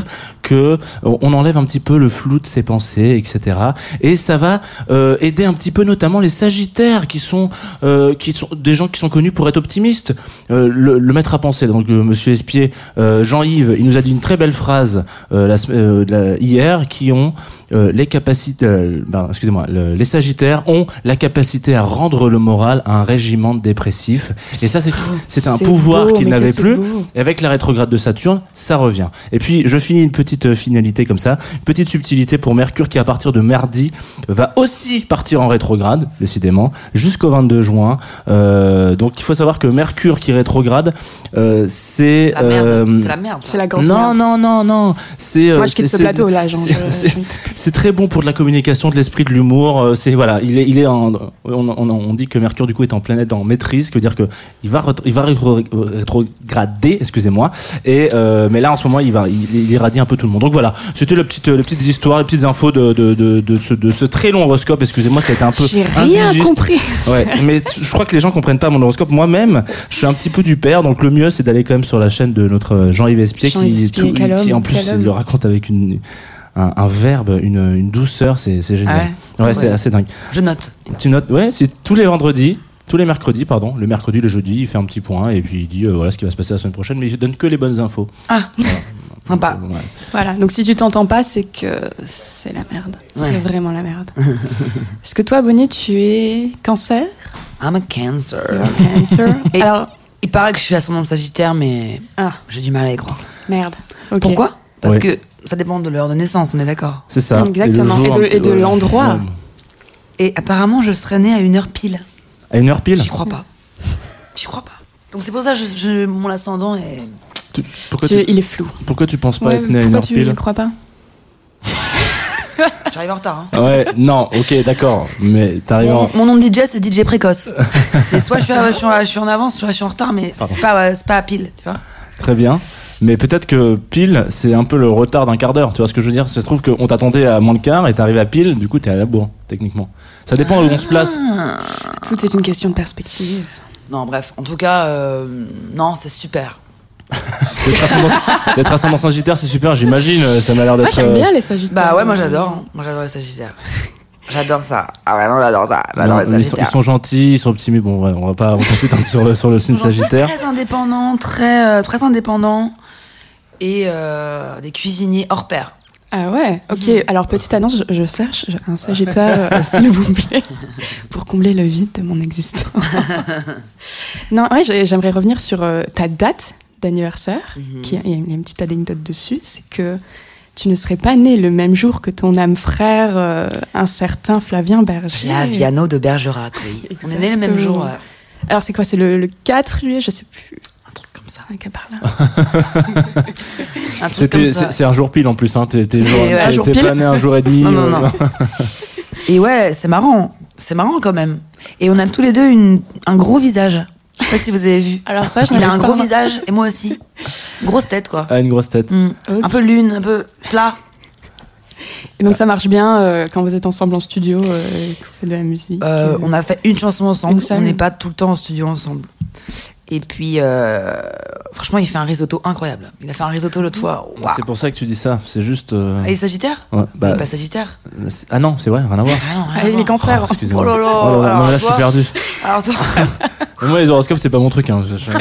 que on enlève un petit peu le flou de ses pensées, et cetera. Et ça va euh, aider un petit peu notamment les Sagittaires qui sont euh, qui sont des gens qui sont connus pour être optimistes. Euh, le, le maître à penser, donc euh, Monsieur Espier, euh, Jean-Yves, il nous a dit une très belle phrase euh, la, euh, la, hier qui ont euh, les capacités, euh, ben, excusez-moi, le, les Sagittaires ont la capacité à rendre le moral à un régiment de dépressifs. Et ça, c'est c'est un C'est pouvoir beau, qu'ils mais n'avaient que c'est plus. beau. Et avec la rétrograde de Saturne, ça revient. Et puis, je finis une petite finalité comme ça, une petite subtilité pour Mercure qui, à partir de mardi, va aussi partir en rétrograde, décidément, jusqu'au vingt-deux juin. Euh, donc, il faut savoir que Mercure qui rétrograde, euh, c'est... La merde. euh, C'est la merde. ça. C'est la grosse non, merde. non, non, non. C'est, euh, Moi, je quitte c'est- ce plateau là, genre. c'est- je- c'est- je- c'est très bon pour de la communication, de l'esprit, de l'humour. euh, C'est voilà, il est, il est en, on, on, on dit que Mercure du coup est en planète en maîtrise, ce qui veut dire que il va, retro- il va rétro- rétrograder, excusez-moi. Et euh, mais là en ce moment, il va, il, il irradie un peu tout le monde. Donc voilà, c'était la petite, les petites histoires, les petites infos de de de, de, ce, de ce très long horoscope. Excusez-moi, ça a été un peu J'ai rien indigeste. compris. Ouais, mais t- je crois que les gens comprennent pas mon horoscope. Moi-même, je suis un petit peu du père, donc le mieux c'est d'aller quand même sur la chaîne de notre Jean-Yves Espier, Jean-Yves qui, Espier, tout- quel homme, qui en plus quel homme. il le raconte avec une un, un verbe, une, une douceur, c'est c'est génial. Ah ouais, c'est Ouais. assez dingue. Je note. Tu notes, ouais, c'est tous les vendredis. Tous les mercredis, pardon, le mercredi, le jeudi, il fait un petit point et puis il dit euh, voilà ce qui va se passer la semaine prochaine, mais il donne que les bonnes infos. Ah, sympa. Donc, euh, ouais. Voilà, donc si tu t'entends pas, c'est que c'est la merde. Ouais. C'est vraiment la merde. Est-ce que toi, Bonnie, tu es cancer? I'm a cancer. You're a cancer. Et- Alors, Il paraît que je suis ascendant Sagittaire, mais ah, j'ai du mal à y croire. merde. Ok. Pourquoi Parce Ouais. que ça dépend de l'heure de naissance, on est d'accord. C'est ça. Exactement. le jour, Et de- un petit- et de ouais. l'endroit. Ouais. Et apparemment, je serais née à une heure pile. À une heure pile. J'y crois pas. J'y crois pas. Donc c'est pour ça que je, je- mon ascendant est. Tu- pourquoi, Tu- tu, il est flou. pourquoi tu penses pas Ouais, être né à une pourquoi heure tu pile ne crois pas? J'arrive en retard. Hein. Ouais, non, ok, d'accord, mais t'arrives en. Mon, mon nom de D J, c'est D J précoce. C'est soit je suis, à- je, suis, à- je suis en avance, soit je suis en retard, mais Pardon. c'est pas, c'est pas à pile, tu vois. Très bien. Mais peut-être que pile, c'est un peu le retard d'un quart d'heure. Tu vois ce que je veux dire? Ça se trouve qu'on t'attendait à moins le quart et t'arrives à pile, du coup t'es à la bourre, techniquement. Ça dépend où on se place. Tout est une question de perspective. Non, bref, en tout cas, euh, non, c'est super. D'être ascendant, d'être ascendant Sagittaire, c'est super, j'imagine. Ça m'a l'air Moi, d'être. j'aime euh, bien les Sagittaires. Bah ouais, moi j'adore. hein. Moi j'adore les Sagittaires. J'adore ça. Ah vraiment, j'adore ça. non, J'adore les ils, sont, ils Sagittaires. sont gentils, ils sont optimistes. Bon, ouais, on va pas, on va pas s'étendre sur le, sur le signe Ils sont Sagittaire. Très indépendants, très, euh, très indépendants. Et euh, des cuisiniers hors pair. Ah ouais, ok. Mhm. Alors, petite annonce, je, je cherche un Sagittaire, euh, s'il vous plaît, pour combler le vide de mon existence. Non, ouais, j'ai- j'aimerais revenir sur euh, ta date d'anniversaire. Mhm. Qui, il y a une petite anecdote dessus, c'est que tu ne serais pas né le même jour que ton âme frère, euh, un certain Flavien Berger. Flaviano de Bergerac, oui. On est nés le même Exactement. jour, ouais. Alors, c'est quoi? C'est le, le quatre juillet, je sais plus. Un truc comme ça. Un cas par là. Un truc C'était, comme ça. c'est, c'est un jour pile en plus, hein. T'es, t'es, C'est- jour- ouais, un t'es- jour t'es pile. pas né un jour et demi. Non, non, euh, non. Et ouais, c'est marrant. C'est marrant quand même. Et on a tous les deux une, un gros visage. Je sais pas si vous avez vu. Alors ça, je Il a n'avais un pas gros remarqué. visage, et moi aussi. Grosse tête, quoi. Ah, une grosse tête. Mm. Ok. Un peu lune, un peu plat. Et donc, ça marche bien euh, quand vous êtes ensemble en studio, euh, et que vous faites de la musique. Euh, euh. on a fait une chanson ensemble. Une seule. On n'est pas tout le temps en studio ensemble. Et puis, euh, franchement, il fait un risotto incroyable. Il a fait un risotto l'autre fois. Waouh. C'est pour ça que tu dis ça. C'est juste. euh, Ah, il est Sagittaire ouais, Il bah, est pas Sagittaire c'est- Ah non, c'est vrai, rien à voir. Ah non, rien Ah, à il est voir. cancer. Oh, excusez-moi. Oh là là, Oh là là, alors, non, mais là, je suis toi perdu. Alors toi, Mais moi, les horoscopes, c'est pas mon truc. Hein. Je- je-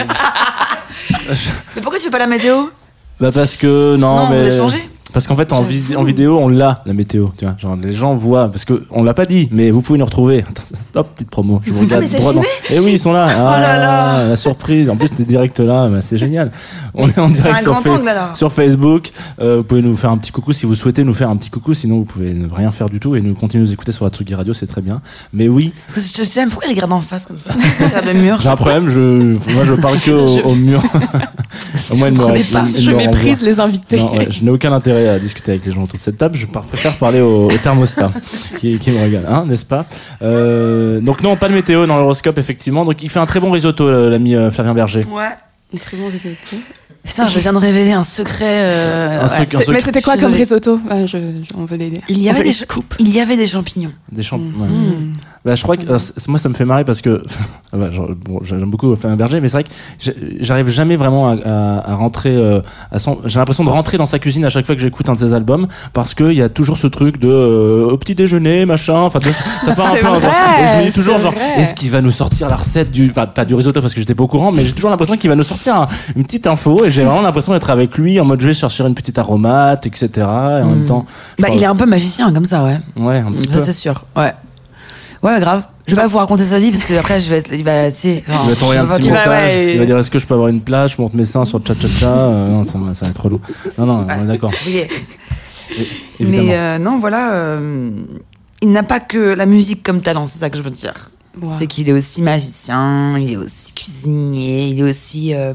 mais pourquoi tu fais pas la météo Bah parce que non, Sinon, on mais vous échangez. parce qu'en fait en, J'avoue. vis- en vidéo on l'a la météo, tu vois, genre les gens voient parce que on l'a pas dit, mais vous pouvez nous retrouver. Hop, petite promo, je vous regarde mais c'est droit dans. Et oui, ils sont là. Ah, là là. la surprise. En plus, t'es direct là, bah, c'est génial. On est en C'est direct un sur, grand Fa- angle alors. sur Facebook. Euh, vous pouvez nous faire un petit coucou si vous souhaitez nous faire un petit coucou. Sinon, vous pouvez ne rien faire du tout et nous continuer à nous écouter sur la Tsugi Radio, c'est très bien. Mais oui, Parce que je te dis, pourquoi il regarde en face comme ça Il regarde le mur. j'ai un problème. Je, moi, je parle que au, Je- au mur. Au moins, il me comprenez reste- pas. il me Je renvoie. méprise les invités. Non, ouais, je n'ai aucun intérêt à discuter avec les gens autour de cette table. Je par- préfère parler au, au thermostat qui, qui me regarde, hein, n'est-ce pas? euh, Donc non, pas de météo dans l'horoscope effectivement. Donc il fait un très bon risotto, euh, l'ami euh, Flavien Berger. Ouais. Un très bon risotto. Putain, je viens de révéler un secret. Euh, Un ouais. secret. C'est- Mais c'était quoi Je suis comme désolée. risotto? Ouais, je, je- On veut l'aider. Il y On avait veut des les ch- scoops. Il y avait des champignons. Des champ- Mm. ouais. Mm. Bah, je crois que euh, c'est- moi ça me fait marrer parce que bah, genre, bon, j'aime beaucoup Flavien Berger, mais c'est vrai que j'ai- j'arrive jamais vraiment à, à, à rentrer euh, à son. J'ai l'impression de rentrer dans sa cuisine à chaque fois que j'écoute un de ses albums parce que il y a toujours ce truc de euh, au petit déjeuner machin. Enfin, tu vois, ça part un C'est peu. vrai, Et je me dis toujours c'est genre vrai. est-ce qu'il va nous sortir la recette du enfin, pas du risotto parce que j'étais pas au courant, mais j'ai toujours l'impression qu'il va nous sortir un- une petite info et j'ai vraiment l'impression d'être avec lui en mode je vais chercher une petite aromate, et cetera. Et en Mm. même temps, je Bah, parle- il est un peu magicien comme ça, ouais. ouais un petit Ça, peu. c'est sûr. Ouais. Ouais, grave. Je vais pas vous raconter sa vie parce que après, je vais être. Il va, tu sais. genre, Il va t'envoyer un je sais petit pas Il trop. va- message. ouais, Il va et- dire est-ce que je peux avoir une plage, je monte mes seins sur tcha tcha tcha. Euh, non, ça, va- ça va être relou. Non, non, on est d'accord. Oui. Évidemment. Mais euh, non, voilà. euh, il n'a pas que la musique comme talent, c'est ça que je veux dire. Wow. C'est qu'il est aussi magicien, il est aussi cuisinier, il est aussi euh,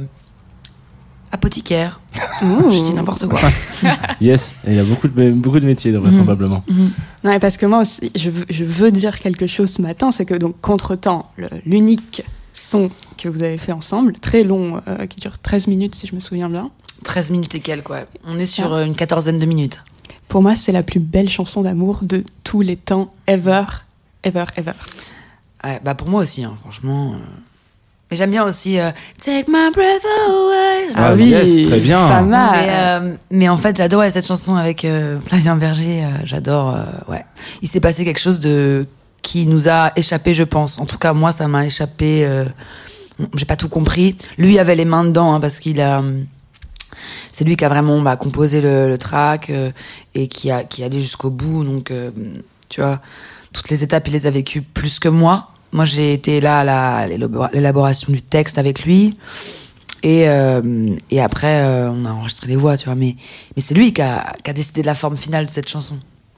apothicaire. Ouh. Je dis n'importe quoi. Yes, et il y a beaucoup de, beaucoup de métiers, vraisemblablement. Non, et parce que moi aussi, je veux, je veux dire quelque chose ce matin, c'est que donc Contretemps, le- l'unique son que vous avez fait ensemble, très long, euh, qui dure treize minutes si je me souviens bien, treize minutes et quelques, quoi. On est sur euh, une quatorzaine de minutes. pour moi c'est la plus belle chanson d'amour de tous les temps, ever, ever, ever. Ouais, bah pour moi aussi, hein, franchement. euh. Mais j'aime bien aussi euh, Take my breath away. Ah oui, yes, très bien. Pas mal. Mais, euh, mais en fait, j'adore ouais, cette chanson avec euh, Flavien Berger. euh, j'adore. euh, ouais. Il s'est passé quelque chose de qui nous a échappé, je pense. En tout cas, moi, ça m'a échappé. Euh, j'ai pas tout compris. Lui avait les mains dedans hein, parce qu'il a. C'est lui qui a vraiment bah, composé le, le track euh, et qui a qui est allé jusqu'au bout. Donc, euh, tu vois, toutes les étapes, il les a vécues plus que moi. Moi, j'ai été là à la- à l'élaboration du texte avec lui. Et, euh, et après, euh, on a enregistré les voix, tu vois. Mais, mais c'est lui qui a, qui a décidé de la forme finale de cette chanson.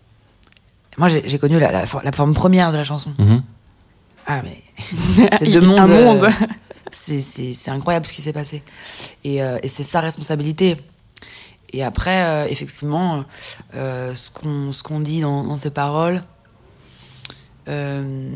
Moi, j'ai j'ai connu la, la, for- la forme première de la chanson. Mhm. Ah, mais c'est deux Un mondes. monde. euh, c'est- c'est c'est incroyable ce qui s'est passé. Et, euh, et c'est sa responsabilité. Et après, euh, effectivement, euh, ce qu'on ce qu'on dit dans, dans ces paroles, euh,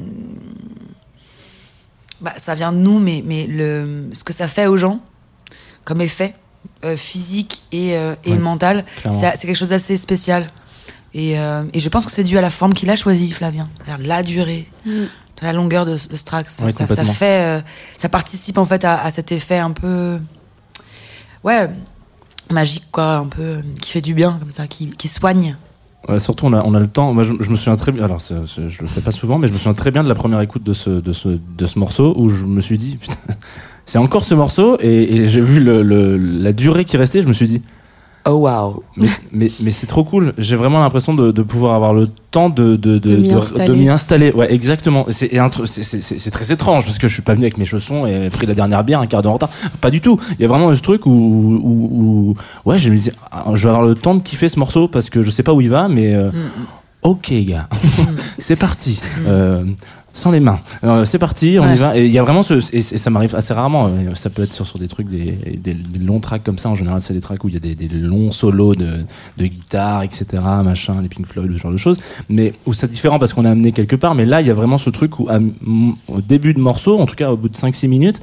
bah, ça vient de nous, mais, mais le, ce que ça fait aux gens, comme effet euh, physique et, euh, et Ouais, mental, clairement. c'est c'est quelque chose d'assez spécial. Et, euh, et je pense que c'est dû à la forme qu'il a choisie, Flavien. C'est-à-dire la durée, Mm. la longueur de, ce- de ce track. Ça, Ouais, ça, ça complètement. fait, euh, ça participe en fait à, à cet effet un peu, ouais, magique quoi, un peu euh, qui fait du bien comme ça, qui, qui soigne. Ouais, surtout, on a, on a le temps. Moi, je, je me souviens très bien. Alors, c'est- c'est- je le fais pas souvent, mais je me souviens très bien de la première écoute de ce, de ce, de ce morceau où je me suis dit, putain, c'est encore ce morceau. Et, et j'ai vu le, le, la durée qui restait. Je me suis dit, Oh wow. mais, mais, mais c'est trop cool. J'ai vraiment l'impression de, de pouvoir avoir le temps de, de, de, De m'y de- installer. de m'y installer. Ouais, exactement. Et C'est et un truc- c'est- c'est- c'est- c'est très étrange parce que je suis pas venu avec mes chaussons et pris la dernière bière un quart d'heure en retard. Pas du tout. Il y a vraiment ce truc où, où, où ouais, je me dis, ah, je vais avoir le temps de kiffer ce morceau parce que je sais pas où il va, mais euh, Mm. ok, gars, c'est parti. Euh, sans les mains. Euh, c'est parti, on Ouais. y va. Et il y a vraiment ce, et, et ça m'arrive assez rarement. euh, Ça peut être sur, sur des trucs, des, des, des longs tracks comme ça. En général, c'est des tracks où il y a des, des longs solos de, de guitare, et cetera. Machin, les Pink Floyd, ce genre de choses. Mais où c'est différent parce qu'on est amené quelque part. Mais là, il y a vraiment ce truc où, à- m- au début de morceau, en tout cas au bout de cinq six minutes,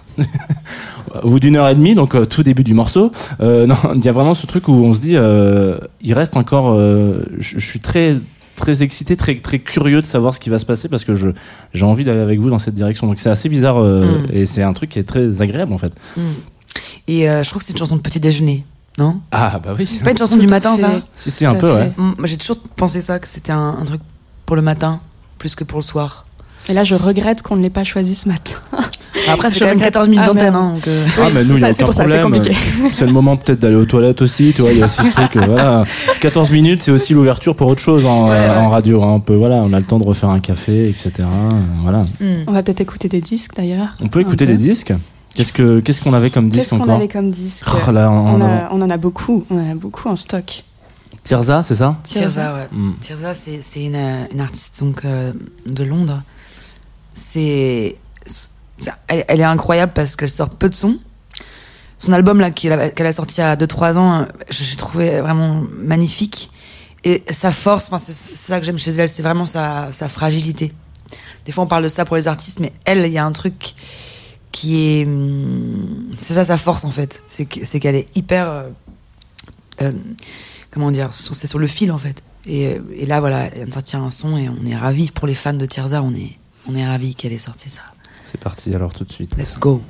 au bout d'une heure et demie, donc euh, tout début du morceau, euh, non, il y a vraiment ce truc où on se dit, euh, il reste encore. euh, Je je suis très très excité, très très curieux de savoir ce qui va se passer parce que je j'ai envie d'aller avec vous dans cette direction. Donc c'est assez bizarre euh, Mm. et c'est un truc qui est très agréable en fait. Mm. Et euh, je trouve que c'est une chanson de petit déjeuner, non? Ah bah oui. C'est pas une chanson Tout du à matin, fait. ça? Si si Tout un à peu fait. ouais. Mm, moi, j'ai toujours pensé ça, que c'était un, un truc pour le matin, plus que pour le soir. Et là je regrette qu'on ne l'ait pas choisi ce matin. Après, c'est Je quand même regrette. quatorze minutes Ah, d'antenne, merde. hein, donc, euh, Ah, mais nous, il y a ça, c'est aucun pour ça, c'est problème. compliqué. C'est le moment peut-être d'aller aux toilettes aussi, tu vois, il y a aussi ce truc, euh, voilà. quatorze minutes, c'est aussi l'ouverture pour autre chose en, euh, en radio, hein. On peut, voilà, on a le temps de refaire un café, et cetera. euh, Voilà. mm. On va peut-être écouter des disques d'ailleurs. On peut Un écouter peu. des disques. Qu'est-ce que, qu'est-ce qu'on avait comme disque Qu'est-ce qu'on encore? avait comme disque? Oh, là, on, on, on a- on en a beaucoup, on en a beaucoup en stock. Tirza, c'est ça? Tirza, ouais. Mm. Tirza, c'est c'est une, euh, une artiste donc, euh, de Londres. C'est, c'est- elle, elle est incroyable parce qu'elle sort peu de sons. Son album là qu'elle a, qu'elle a sorti il y a deux trois ans, euh, j'ai trouvé vraiment magnifique. Et sa force, enfin, c'est c'est ça que j'aime chez elle, c'est vraiment sa, sa fragilité. Des fois on parle de ça pour les artistes, mais elle, il y a un truc qui est, c'est ça sa force en fait, c'est que, c'est qu'elle est hyper, euh, euh, comment dire, sur, c'est sur le fil en fait. Et, et là voilà, elle vient de sortir un son et on est ravis pour les fans de Tirza, on est, on est ravis qu'elle ait sorti ça. C'est parti alors tout de suite. Let's go.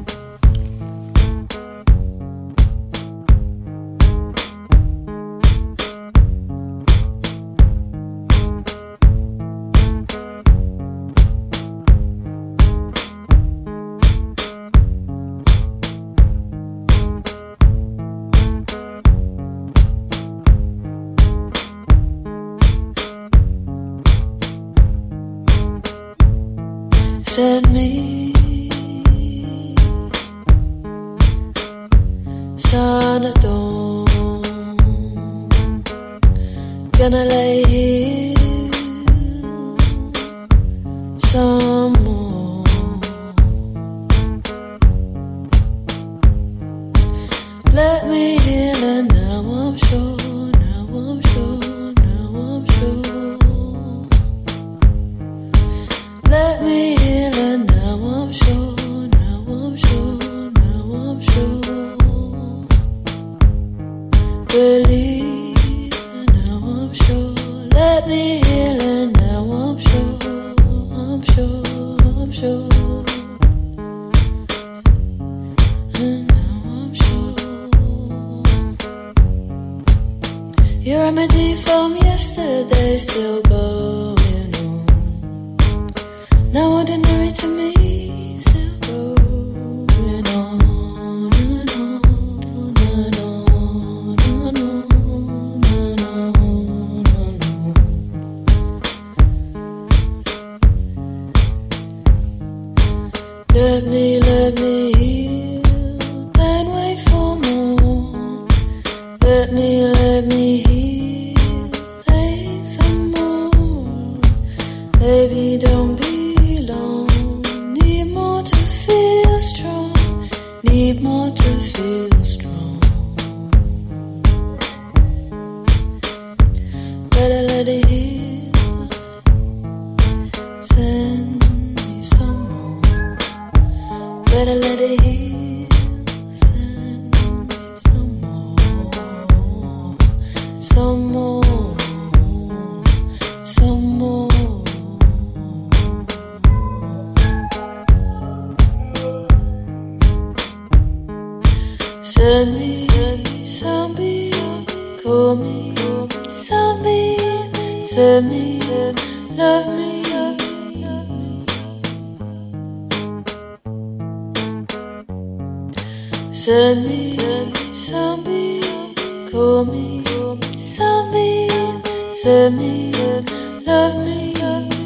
Send me sun at dawn, gonna lay here some more. Let me heal and now I'm sure, now I'm sure, now I'm sure. Let me heal and now I'm sure, now I'm sure, now I'm sure. Believe and now I'm sure. Let me heal and now I'm sure, I'm sure, I'm sure. And now I'm sure. Your remedy from yesterday still going on. Now ordinary to me, still going on and on and on and on and on and on. Let me, let me heal, then wait for more. Let me, let me heal, wait for more. Baby, don't be need more to feel strong. Better let it heal. Send me some more. Better let it heal. Send me some more. Some more. Some more. Send me, send me, send me, call me, send me, send me, love me, love me, love me. Send me, send me, send me, call me, send me, send me, love me, love me.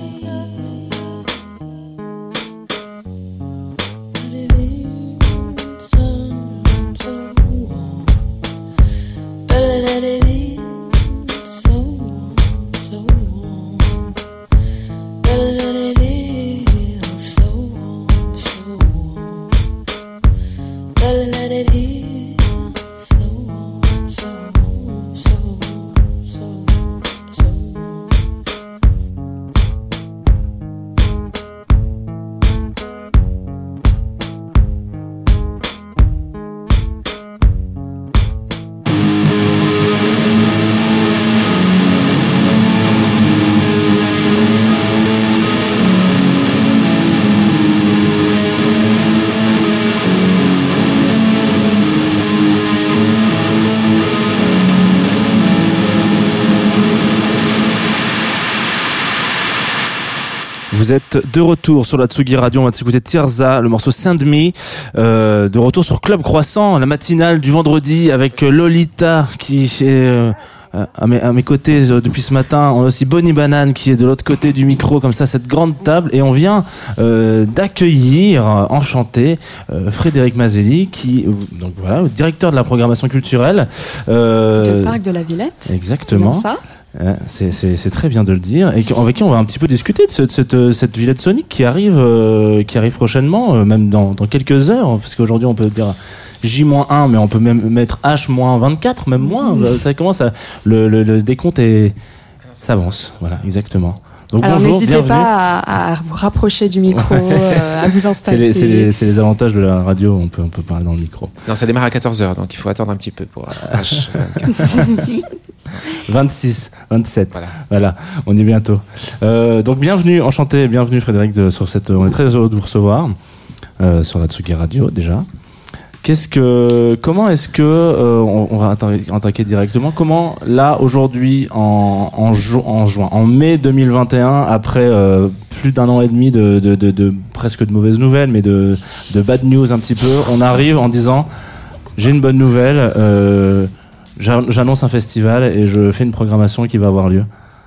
Vous êtes de retour sur la Tsugi Radio, on va s'écouter Tirza, le morceau Send Me, euh, de retour sur Club Croissant, la matinale du vendredi avec Lolita qui est euh, à, mes, à mes côtés euh, depuis ce matin. On a aussi Bonnie Banane qui est de l'autre côté du micro, comme ça, cette grande table. Et on vient euh, d'accueillir, enchanté, euh, Frédéric Mazelli, qui, donc voilà, directeur de la programmation culturelle. Euh, du parc de la Villette. Exactement. C'est ça. C'est, c'est, c'est très bien de le dire, et avec qui on va un petit peu discuter de, ce, de cette, cette Villette Sonic qui arrive, euh, qui arrive prochainement, euh, même dans, dans quelques heures, parce qu'aujourd'hui on peut dire J un, mais on peut même mettre H vingt-quatre, même moins. Ça commence à, le, le, le décompte est, s'avance, voilà, exactement. Donc Alors bonjour, n'hésitez bienvenue. pas à, à vous rapprocher du micro, euh, à vous C'est installer. les, c'est, les, c'est les avantages de la radio, on peut, on peut parler dans le micro. Non, ça démarre à quatorze heures, donc il faut attendre un petit peu pour euh, H vingt-quatre. vingt-six, vingt-sept, Voilà. voilà, on y est bientôt. Euh, donc bienvenue, enchanté, bienvenue Frédéric de, sur cette. On est très heureux de vous recevoir euh, sur la Tsugi Radio déjà. Qu'est-ce que, comment est-ce que euh, on, on va atta- attaquer directement. Comment là aujourd'hui en, en, ju- en juin, en mai deux mille vingt et un, après euh, plus d'un an et demi de, de, de, de presque de mauvaises nouvelles, mais de, de bad news un petit peu, on arrive en disant j'ai une bonne nouvelle. Euh, J'an- J'annonce un festival et je fais une programmation qui va avoir lieu.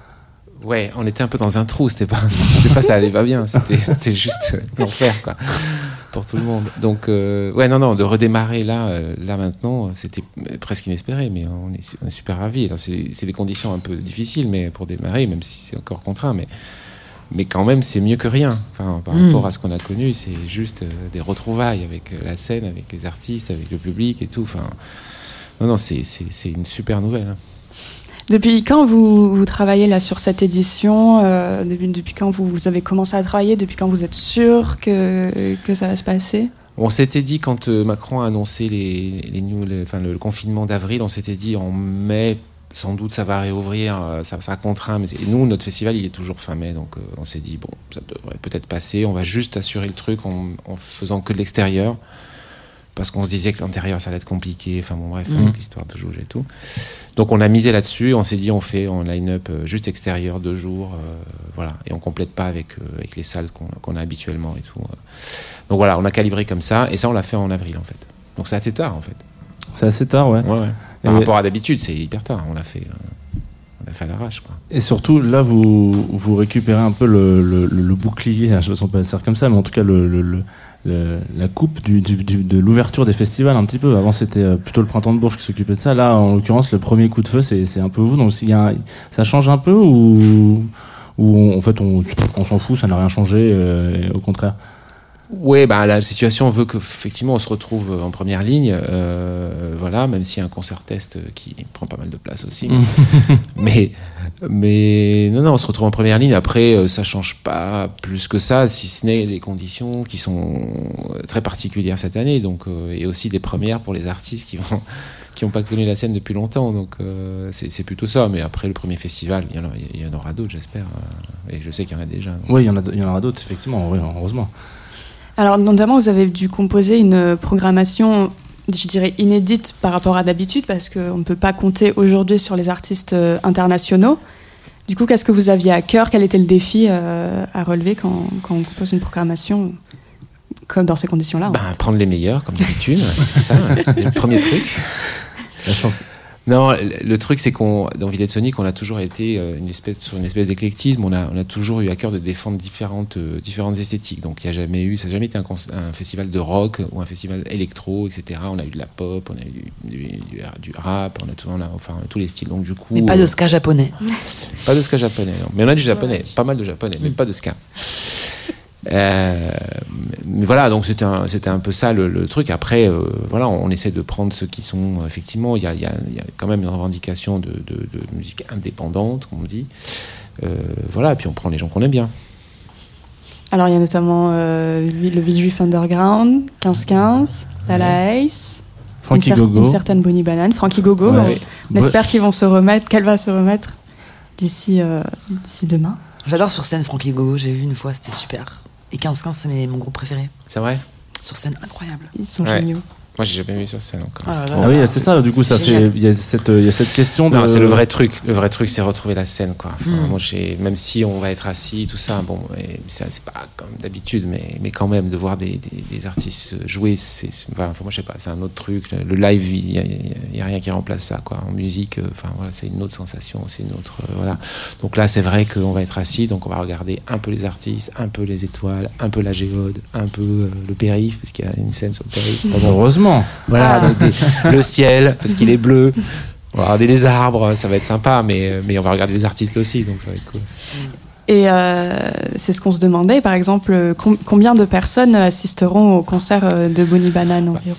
Ouais, on était un peu dans un trou, c'était pas, c'était pas ça allait pas bien, c'était, c'était juste l'enfer, quoi, pour tout le monde. Donc, euh, ouais, non, non, de redémarrer là, euh, là maintenant, c'était presque inespéré, mais on est, su- on est super ravis. Alors, c'est, c'est des conditions un peu difficiles, mais pour démarrer, même si c'est encore contraint, mais, mais quand même, c'est mieux que rien. Enfin, par Mm. rapport à ce qu'on a connu, c'est juste euh, des retrouvailles avec euh, la scène, avec les artistes, avec le public et tout. Enfin, non, non, c'est, c'est, c'est une super nouvelle. Hein. Depuis quand vous, vous travaillez là sur cette édition euh, depuis, depuis quand vous, vous avez commencé à travailler? Depuis quand vous êtes sûr que, que ça va se passer? On s'était dit quand euh, Macron a annoncé les, les new, les- enfin, le, le confinement d'avril, on s'était dit en mai, sans doute ça va réouvrir, euh, ça sera contraint. Mais c'est- et nous, notre festival, il est toujours fin mai, donc euh, on s'est dit bon, ça devrait peut-être passer. On va juste assurer le truc en, en faisant que de l'extérieur, parce qu'on se disait que l'intérieur ça allait être compliqué. Enfin bon, bref, Mhm. avec l'histoire de jauge et tout. Donc on a misé là-dessus. On s'est dit on fait en line-up euh, juste extérieur deux jours, euh, voilà, et on complète pas avec euh, avec les salles qu'on, qu'on a habituellement et tout. euh. Donc voilà, on a calibré comme ça, et ça on l'a fait en avril en fait. Donc c'est assez tard en fait. C'est assez tard, ouais. Ouais, ouais. Par Et- rapport à d'habitude, c'est hyper tard. On l'a fait, euh, on l'a fait à l'arrache, quoi. Et surtout, là, vous, vous récupérez un peu le, le, le, le bouclier, je ne sais pas dire comme ça, mais en tout cas, le, le, le, le- la coupe du, du, du- de l'ouverture des festivals un petit peu. Avant, c'était euh, plutôt le Printemps de Bourges qui s'occupait de ça. Là, en l'occurrence, le premier coup de feu, c'est, c'est un peu vous. Donc, s'il y a un- ça change un peu ou, ou on- en fait, on, on s'en fout, ça n'a rien changé, euh, et au contraire. Ouais, bah la situation veut qu'effectivement on se retrouve en première ligne, euh, voilà, même s'il y a un concert test qui prend pas mal de place aussi. mais, mais non, non, on se retrouve en première ligne. Après, euh, ça change pas plus que ça, si ce n'est des conditions qui sont euh, très particulières cette année, donc euh, et aussi des premières pour les artistes qui vont qui n'ont pas connu la scène depuis longtemps, donc euh, c'est, c'est plutôt ça. Mais après le premier festival, il y en, a- il y en aura d'autres, j'espère, euh, et je sais qu'il y en a déjà. donc. Oui, il y en a, il y en aura d'autres, effectivement, oui, heureusement. Alors, notamment, vous avez dû composer une programmation, je dirais, inédite par rapport à d'habitude, parce qu'on ne peut pas compter aujourd'hui sur les artistes euh, internationaux. Du coup, qu'est-ce que vous aviez à cœur? Quel était le défi euh, à relever quand, quand on compose une programmation comme dans ces conditions-là? Ben, prendre les meilleurs, comme d'habitude, c'est ça, c'est le premier truc. La chance. Non, le, le truc, c'est qu'on, dans Villette Sonic, on a toujours été euh, une espèce, sur une espèce d'éclectisme. On a, on a toujours eu à cœur de défendre différentes, euh, différentes esthétiques. Donc, il n'y a jamais eu, ça n'a jamais été un, cons- un festival de rock ou un festival électro, et cetera. On a eu de la pop, on a eu du, du, du, du rap, on a, tout, on a enfin tous les styles. Donc, du coup, Mais pas de euh, ska japonais. pas de ska japonais, non. Mais on a du japonais, pas mal de japonais, mais pas de ska. Euh, mais voilà, donc c'était un, c'était un peu ça le, le truc. Après, euh, voilà, on, on essaie de prendre ceux qui sont effectivement. Il y a, il y a, il y a quand même une revendication de, de, de musique indépendante, comme on dit. Euh, voilà, et puis on prend les gens qu'on aime bien. Alors, il y a notamment euh, le Villejuif Underground, quinze quinze, Lala Ace, Frankie une, cer- Gogo. une certaine Bonnie Banane, Frankie Gogo. Ouais. On, on espère qu'ils vont se remettre, qu'elle va se remettre d'ici, euh, d'ici demain. J'adore sur scène Frankie Gogo, j'ai vu une fois, c'était super. Et quinze quinze, c'est mes- mon groupe préféré. C'est vrai? Sur scène, incroyable. Ils sont Ouais. géniaux. Moi, j'ai jamais vu sur scène encore. Oh là là. Ah oui, c'est ça, du coup, ça C'est fait. génial. Il y a cette, il y a cette question de. Non, c'est le vrai truc. Le vrai truc, c'est retrouver la scène, quoi. Enfin, Mm. moi, j'ai, même si on va être assis, tout ça, bon, et ça, c'est pas comme d'habitude, mais, mais quand même, de voir des, des, des artistes jouer, c'est, c'est- enfin, moi, je sais pas, c'est un autre truc. Le live, il y a, il y a rien qui remplace ça, quoi. En musique, euh, enfin, voilà, c'est une autre sensation, c'est une autre, euh, voilà. Donc là, c'est vrai qu'on va être assis, donc on va regarder un peu les artistes, un peu les étoiles, un peu la géode, un peu euh, le périph', parce qu'il y a une scène sur le périph'. Pendant- Heureusement. voilà, donc des- le ciel, parce qu'il est bleu. On va regarder les arbres, ça va être sympa, mais, mais on va regarder les artistes aussi, donc ça va être cool. Et euh, c'est ce qu'on se demandait, par exemple, com- combien de personnes assisteront au concert euh, de Bonnie Banane environ?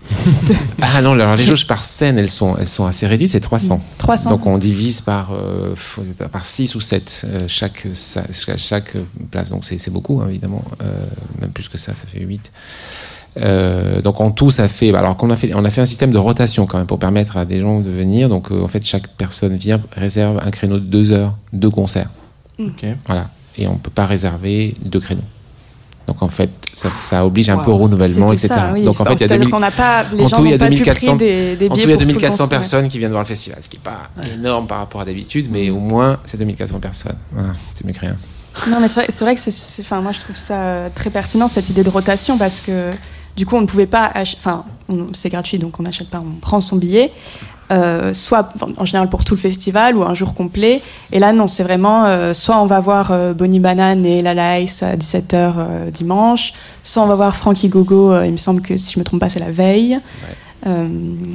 Ah non, alors les jauges par scène, elles sont, elles sont assez réduites, c'est trois cents. trois cents. Donc on divise par, euh, par six ou sept euh, chaque, ça, chaque place. Donc c'est, c'est beaucoup, hein, évidemment. Euh, même plus que ça, ça fait huit. Euh, donc en tout, ça fait. Alors qu'on a fait, on a fait un système de rotation quand même pour permettre à des gens de venir. Donc euh, en fait, chaque personne vient, réserve un créneau de deux heures, deux concerts. Ok. Voilà. Et on peut pas réserver deux créneaux. Donc en fait, ça, ça oblige un Wow. peu au renouvellement, C'était et cetera. ça, oui. Donc en fait, il y a C'est-à-dire deux mille qu'on n'a pas, les en gens tout, il y n'ont a pas pu deux mille quatre cents prix des, des en tout, billets il y a pour tout le deux mille quatre cents concert. personnes qui viennent voir le festival, ce qui n'est pas énorme par rapport à d'habitude, mais au moins c'est deux mille quatre cents personnes. Voilà, c'est mieux que rien. Non, mais c'est vrai, c'est vrai que c'est, c'est- enfin, moi je trouve ça euh, très pertinent cette idée de rotation parce que du coup on ne pouvait pas, ach- enfin on- c'est gratuit donc on n'achète pas, on prend son billet, euh, soit enfin, en général pour tout le festival ou un jour complet. Et là non, c'est vraiment euh, soit on va voir euh, Bonnie Banane et Lala Ice à dix-sept heures euh, dimanche, soit on va voir Frankie Gogo. Euh, il me semble que si je me trompe pas c'est la veille. Euh,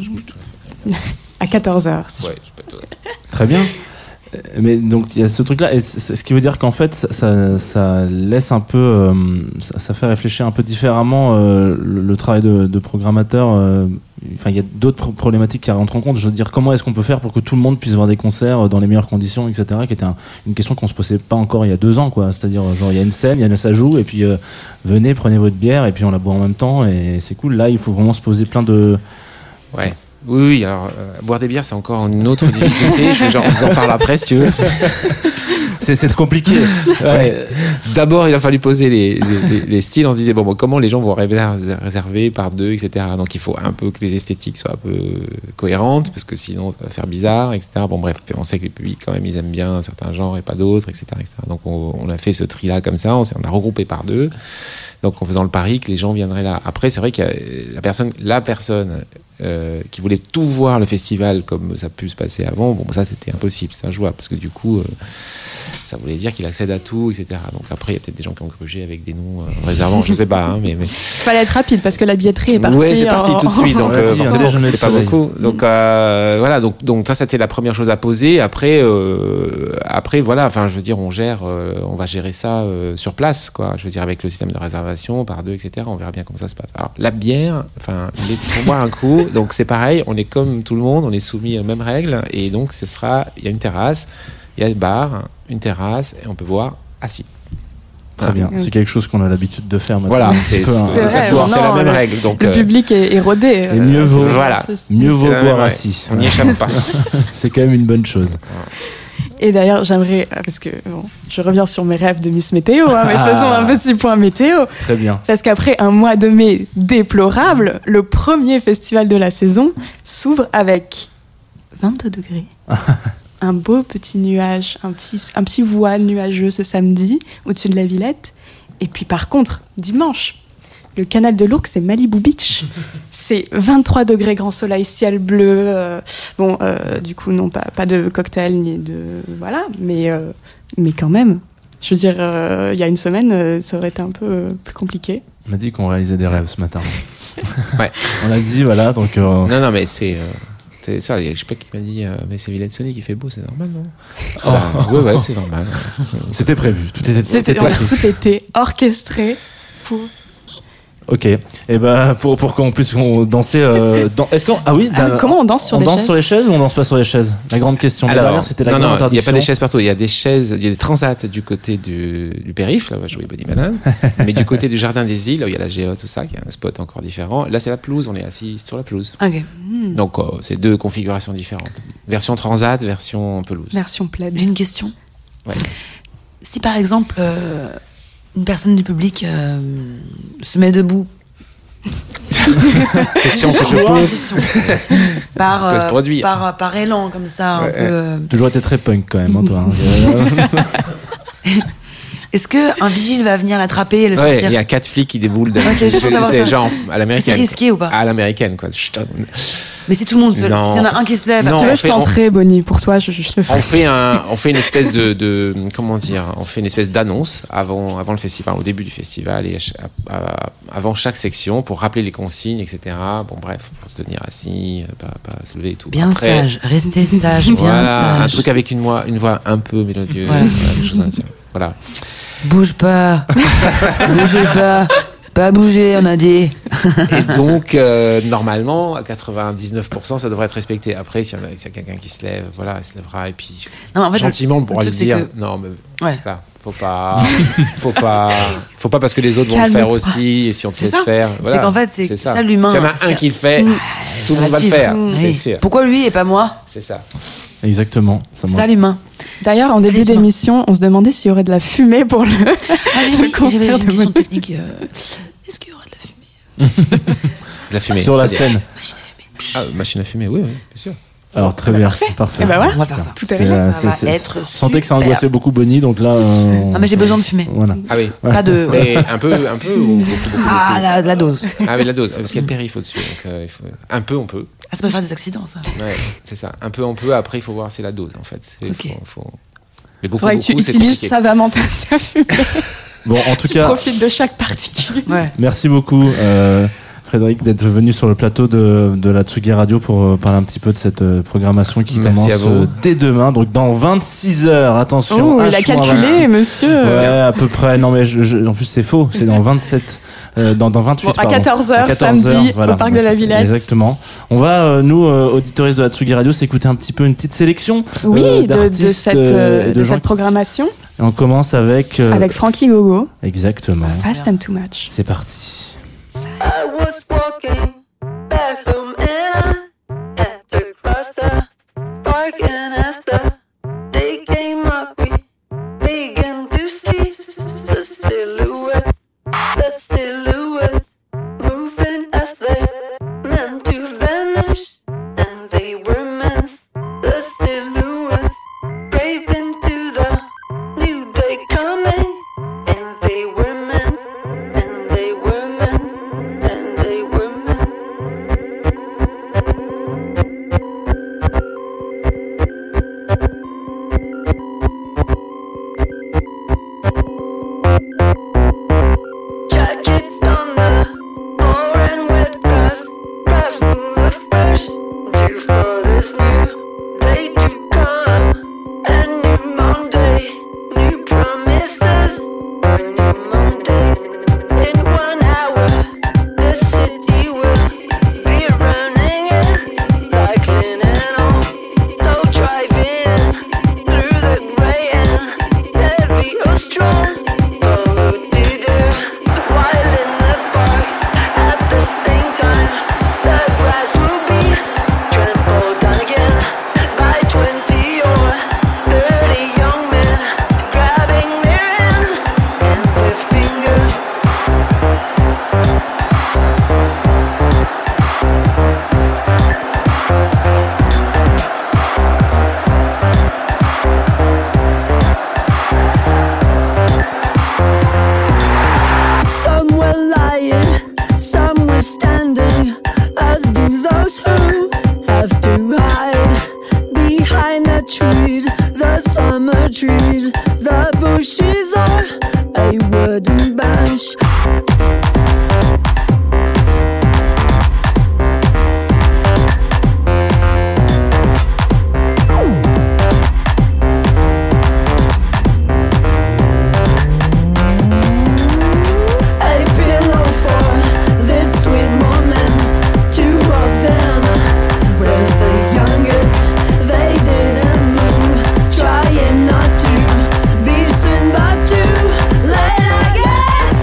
à quatorze heures. si je- Ouais, je peux tout- Très bien. Euh, Mais donc il y a ce truc-là, et c- c- ce qui veut dire qu'en fait ça, ça, ça laisse un peu, euh, ça, ça fait réfléchir un peu différemment euh, le, le travail de, de programmateur. euh, Enfin, il y a d'autres pro- problématiques qui rentrent en compte. Je veux dire, comment est-ce qu'on peut faire pour que tout le monde puisse voir des concerts dans les meilleures conditions, et cetera. Qui était un- une question qu'on se posait pas encore il y a deux ans, quoi. C'est-à-dire, genre, il y a une scène, il y a ça joue, et puis euh, venez, prenez votre bière, et puis on la boit en même temps, et c'est cool. Là, il faut vraiment se poser plein de. Ouais. Oui, oui, alors euh, boire des bières, c'est encore une autre difficulté. Je vais genre, on vous en parle après si tu veux. C'est, c'est compliqué. Ouais. Ouais. D'abord, il a fallu poser les, les, les- les styles. On se disait, bon, bon, comment les gens vont réserver, réserver par deux, et cetera. Donc, il faut un peu que les esthétiques soient un peu cohérentes, parce que sinon, ça va faire bizarre, et cetera. Bon, bref, on sait que les publics, quand même, ils aiment bien certains genres et pas d'autres, et cetera, et cetera. Donc, on, on a fait ce tri-là comme ça. On, s'est, on a regroupé par deux. Donc, en faisant le pari que les gens viendraient là. Après, c'est vrai que la personne, la personne euh, qui voulait tout voir le festival comme ça a pu se passer avant, bon, ça, c'était impossible, c'est injouable, parce que du coup, euh, ça voulait dire qu'il accède à tout, et cetera. Donc après, il y a peut-être des gens qui ont grugé avec des noms euh, réservants, je sais pas, hein, mais, mais... Fallait être rapide parce que la billetterie est partie. Ouais, c'est parti en- tout de suite, donc On l'a euh, dit, hein, forcément, déjeuner de c'était pas soleil. beaucoup. Donc euh, voilà, donc donc ça, c'était la première chose à poser. Après, euh, après voilà, enfin, je veux dire, on gère, euh, on va gérer ça euh, sur place, quoi. Je veux dire, avec le système de réservation par deux, et cetera. On verra bien comment ça se passe. Alors la bière, enfin, il est pour boire un coup, donc c'est pareil. On est comme tout le monde, on est soumis aux mêmes règles, et donc ce sera, il y a une terrasse, il y a un bar, une terrasse, et on peut boire assis. Très bien. C'est quelque chose qu'on a l'habitude de faire maintenant. Voilà, C'est c'est, un peu un- C'est vrai, c'est, c'est la non, même le- règle. Donc, Le euh, public est, est rodé. Et mieux vaut- voilà. c'est- Mieux vaut c'est la boire même assis. on n'y échappe pas. C'est quand même une bonne chose. Et d'ailleurs, j'aimerais, parce que bon, je reviens sur mes rêves de Miss Météo, hein, mais Ah. faisons un petit point météo. Très bien. Parce qu'après un mois de mai déplorable, le premier festival de la saison s'ouvre avec vingt degrés. Un beau petit nuage, un petit, un petit voile nuageux ce samedi au-dessus de la Villette. Et puis par contre, dimanche, le canal de l'Ourcq, c'est Malibu Beach. C'est vingt-trois degrés, grand soleil, ciel bleu. euh, bon, euh, du coup, non, pas, pas de cocktail ni de. Voilà, mais, euh, mais quand même. Je veux dire, euh, il y a une semaine, euh, ça aurait été un peu euh, plus compliqué. On m'a dit qu'on réalisait des rêves ce matin. Ouais. On l'a dit, voilà. Donc, euh, Non, non, mais c'est. euh, c'est ça, je sais pas qui m'a dit, euh, mais c'est Villette Sony qui fait beau, c'est normal, non? Oh. Bah, ouais, ouais, c'est normal. c'était prévu. Tout était, C'était, c'était prévu. tout était orchestré pour. Ok. Et ben pour pour qu'on puisse on danser. Euh, dans... Est-ce qu'on ah oui. Ah, bah, comment on danse sur on des danse chaises sur les chaises ou on danse pas sur les chaises? La grande question. La dernière, c'était la non, grande non, il n'y a interdiction. pas des chaises partout. Il y a des chaises, il y a des transats du côté du, du périph', là où va jouer Bonnie Banane. Mais du côté du Jardin des Îles, là où il y a la Géo, tout ça, qui est un spot encore différent. Là, c'est la pelouse, on est assis sur la pelouse. Ok. Donc, euh, c'est deux configurations différentes. Version transat, version pelouse. Version plaide. J'ai une question. Ouais. Si par exemple, euh, une personne du public euh, se met debout. Question que je pose. par, Peut se euh, produire. par, par élan, comme ça, un Ouais, peu. euh, Toujours été très punk quand même, hein, toi. hein. Est-ce qu'un vigile va venir l'attraper et le Ouais, sortir il y a quatre flics qui déboulent. d'un- Ouais, c'est juste pour savoir c'est ça. genre à l'américaine. C'est risqué ou pas À l'américaine, quoi. Chut. Mais si tout le monde se. S'il y Non. en a un qui se lève. Non, tu veux, on je fait- tenterai, Bonnie, pour toi, je, je le On ferai. fait un, on fait une espèce de, de, comment dire, on fait une espèce d'annonce avant, avant le festival, au début du festival et à ch- à- à- avant chaque section pour rappeler les consignes, et cetera. Bon, bref, pour se tenir assis, pas, pas se lever et tout. Bien Après, sage, restez sage, bien Voilà, un sage. truc avec une voix, une voix un peu mélodieuse. Voilà. Voilà, des choses ainsi. Voilà. Bouge pas, bougez pas, pas bouger, on a dit. Et donc, euh, normalement, à quatre-vingt-dix-neuf pour cent, ça devrait être respecté. Après, s'il y, en a, s'il y a quelqu'un qui se lève, voilà, il se lèvera et puis Non, en fait, gentiment, on pourra le lui truc, dire c'est non, mais Ouais. voilà, faut pas, faut pas, faut pas parce que les autres vont le Calme-toi. faire aussi et si on te C'est laisse ça. faire. Voilà, C'est qu'en fait, c'est ça, l'humain. S'il y en a C'est- un qui le fait, Mm. tout le monde va le suivre. faire, Mm. c'est Oui. sûr. Pourquoi lui et pas moi? C'est ça. Exactement. Ça Ça, m'a- l'humain. D'ailleurs, en C'est début les humains. d'émission, on se demandait s'il y aurait de la fumée pour le. Ah oui, Le oui, concert j'avais une de question Monet. technique. euh, Est-ce qu'il y aura de la fumée? De la fumée. Sur la c'est-à-dire- scène. Ah, machine à fumer, oui, oui, bien sûr. Alors très bien, parfait. Et ben voilà, On va faire ça. tout est C'était, réglé. euh, Ça c'est- va c'est- être Je sentais que ça super. angoissait beaucoup Bonnie, donc là. euh, Ah, mais j'ai besoin de fumer. Voilà. Ah oui. Pas de. Mais un peu, un peu ou beaucoup, beaucoup, beaucoup. Ah, la, la dose. Ah oui, la dose, parce qu'il y a le périph' au-dessus. Donc, euh, il faut... Un peu, on peut. Ah, ça peut faire des accidents, ça. Ouais, c'est ça. Un peu, on peut. Après, il faut voir c'est la dose, en fait. C'est, Ok. faut, faut... Mais beaucoup, Faudrait que tu beaucoup, c'est utilises compliqué. savamment ta ta fumée. Bon, en tout Tu cas, profites de chaque particule. Ouais. merci beaucoup, euh, Frédéric, d'être venu sur le plateau de, de la Tsugi Radio pour euh, parler un petit peu de cette euh, programmation qui Merci commence à vous. euh, dès demain, donc dans vingt-six heures. Attention. Oh, il a H moins calculé, vingt-six. monsieur. Ouais, à peu près. Non, mais je, je- en plus, c'est faux. C'est dans vingt-sept. Euh, dans, dans vingt-huit, Bon, à pardon. quatorze heures, À quatorze samedi, heures, voilà. au parc de la Villette. Exactement. On va, euh, nous, euh, auditoristes de la Tsugi Radio, s'écouter un petit peu une petite sélection Oui, euh, de, de d'artistes cette, euh, euh, et de de gens. cette programmation Et on commence avec. euh, avec Frankie Gogo, Exactement. Fast and Too Much. C'est parti. I was walking back home and I had to cross the park, and as the day came up, we began to see the silhouettes, the silhouettes moving as they meant to vanish, and they were men's, the silhouettes brave into the new day coming, and they were men's, and they were men's, and they were men's. Jackets on the floor and wet grass, grass full of fresh dew for this new day to come. A new Monday, new promises, or new Mondays. In one hour, the city will be running in, cycling and all, so driving through the gray and heavy or strong. Polluted air, while in the park, at the same time, the grass will be trampled on again by twenty or thirty young men, grabbing their hands and their fingers. Some were lying, some were standing, as do those who have to hide behind the trees, the summer trees. The bushes are a wooden bench. A pillow for this sweet moment. Two of them were the youngest. They didn't move, trying not to be seen, but too late, I guess.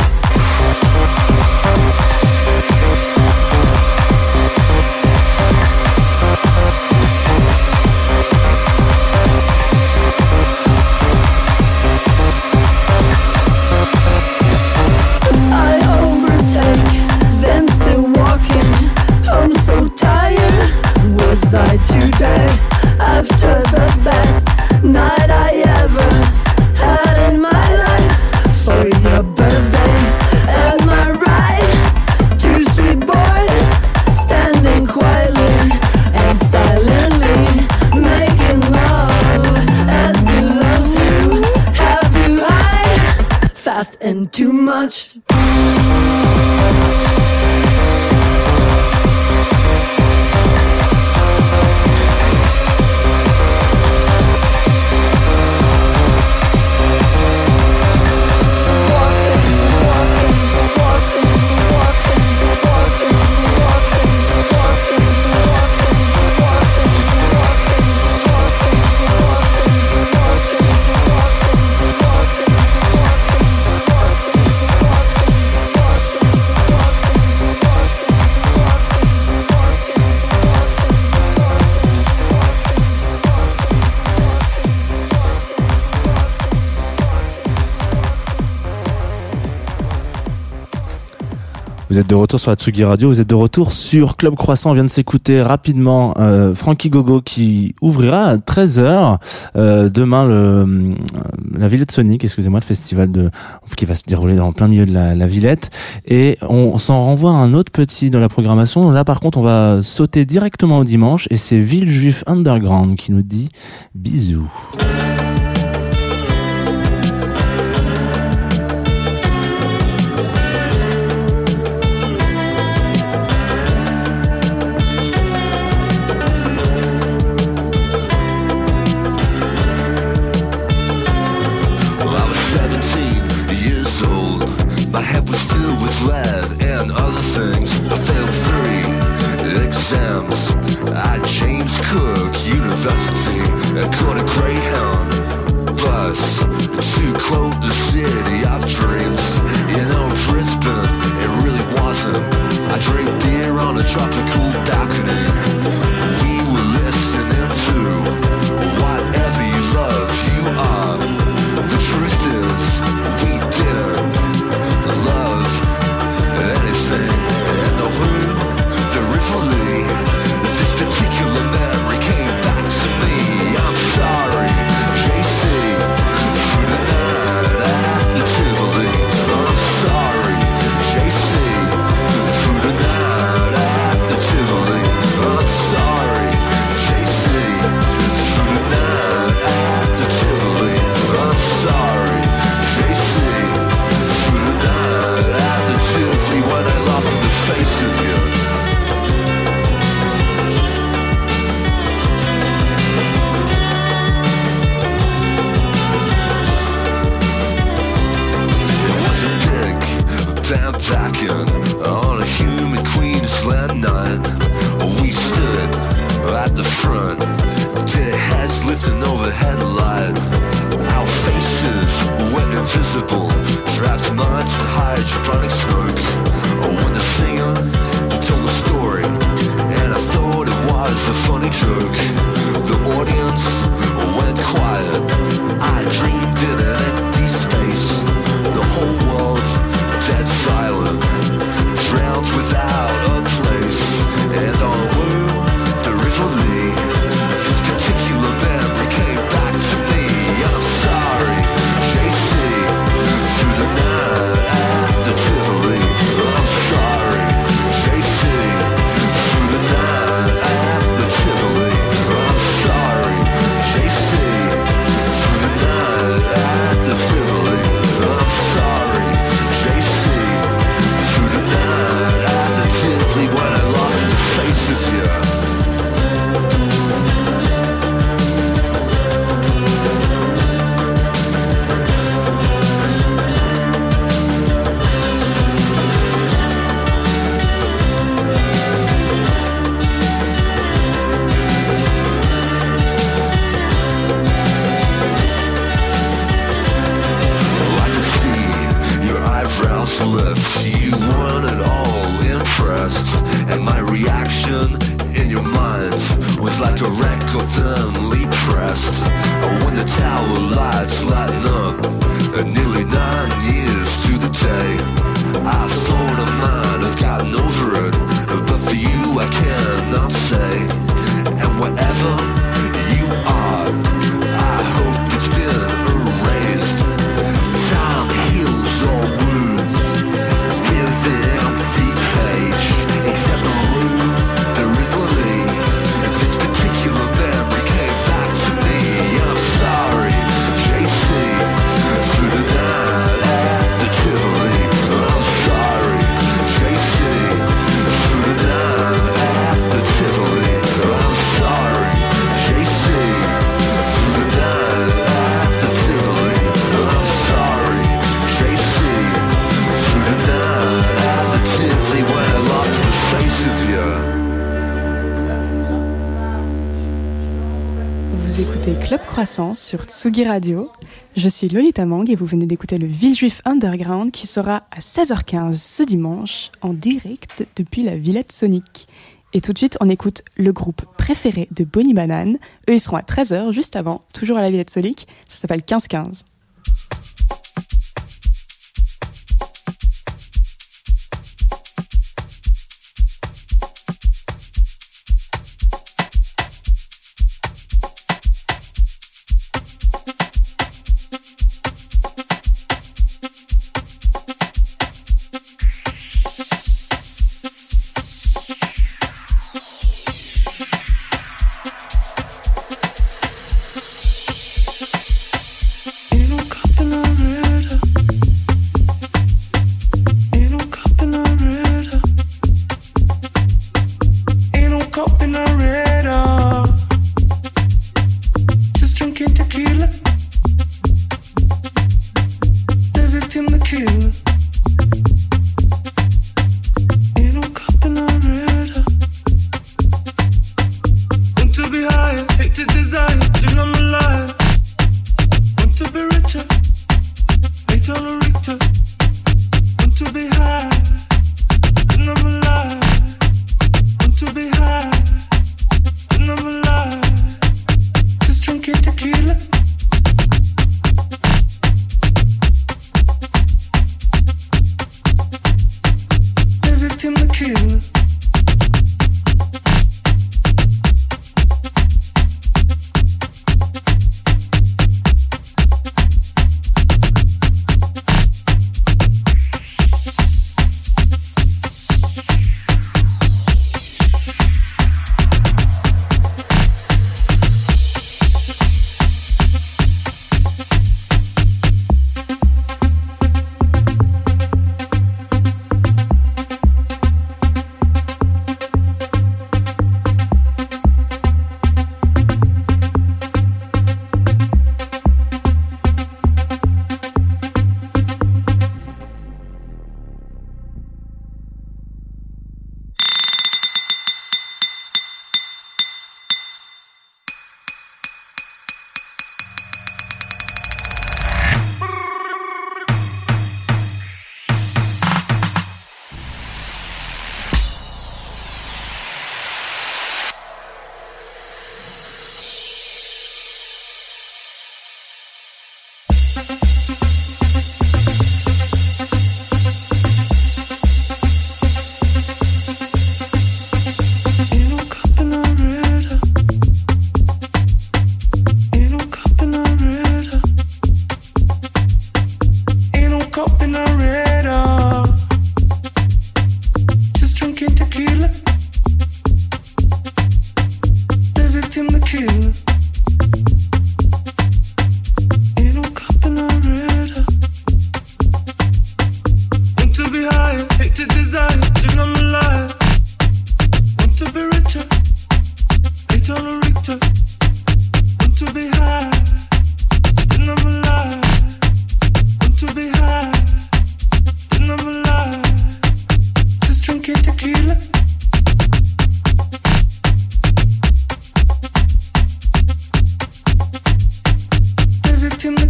I overtake, then still walking home so tired was I today, after the best night I ever had in my life for your birthday. Am I right? Two sweet boys standing quietly and silently making love, as do those who have to hide fast and too much. Walking, walking, walking, Vous êtes de retour sur la Tsugi Radio, vous êtes de retour sur Club Croissant. On vient de s'écouter rapidement euh, Frankie Gogo qui ouvrira à treize heures euh, demain le, euh, la Villette Sonic, excusez-moi, le festival de qui va se dérouler en plein milieu de la, la Villette. Et on s'en renvoie à un autre petit dans la programmation. Là par contre on va sauter directement au dimanche et c'est Villejuif Underground qui nous dit bisous. My head was filled with lead and other things. I failed three exams at James Cook University. I caught a Greyhound bus to quote the city of dreams. You know, Brisbane, it really wasn't. I drank beer on a tropical balcony. We were listening to whatever you love, you are. The truth is, we didn't love anything. And the who, the Rivoli, this particular memory came back to me. I'm sorry, J C, for the night at the Tivoli. I'm sorry, J C, for the night at the Tivoli. I'm sorry, J C, for the night at the Tivoli. I'm sorry, J C, for the night at the Tivoli when I laughed in the face of you. It was a big band packing on a humid Queensland night. We stood at the front, their heads lifting over headlight. Our faces were invisible, trapped minds in hydroponic smoke. When the singer told a story, and I thought it was a funny joke, the audience went quiet. I dreamed in an empty space, the whole world dead silent, drowned without a place. And on Woo, the Rivoli, this particular memory came back to me. I'm sorry, J C, through the night at the Tivoli. I'm sorry, J C, through the night at the Tivoli. I'm sorry, J C, through the night at the Tivoli. I'm sorry, J C, through the night at the Tivoli when I lost in the face of you. I could see your eyebrows lift. You weren't at all impressed, and my reaction in your mind was like a record thinly pressed. When the tower lights lighten up, nearly nine years to the day, I thought I might have gotten over it, but for you I cannot say. And whatever you are, I hope it's been erased. Time heals all wounds with an empty page, except the room, the Rivoli. This particular memory came back to me. I'm sorry, J C, through the night at the Tivoli. I'm sorry, J C, through the night at the Tivoli. I'm sorry, J C, through the night at the Tivoli. I'm sorry, J C, through the night at the Tivoli when I lost the face of you. Vous écoutez Club Croissant sur Tsugi Radio. Je suis Lolita Mang et vous venez d'écouter le Villejuif Underground qui sera à seize heures quinze ce dimanche en direct depuis la Villette Sonic. Et tout de suite, on écoute le groupe préféré de Bonnie Banane. Eux, ils seront à treize heures juste avant, toujours à la Villette Sonic. Ça s'appelle quinze quinze.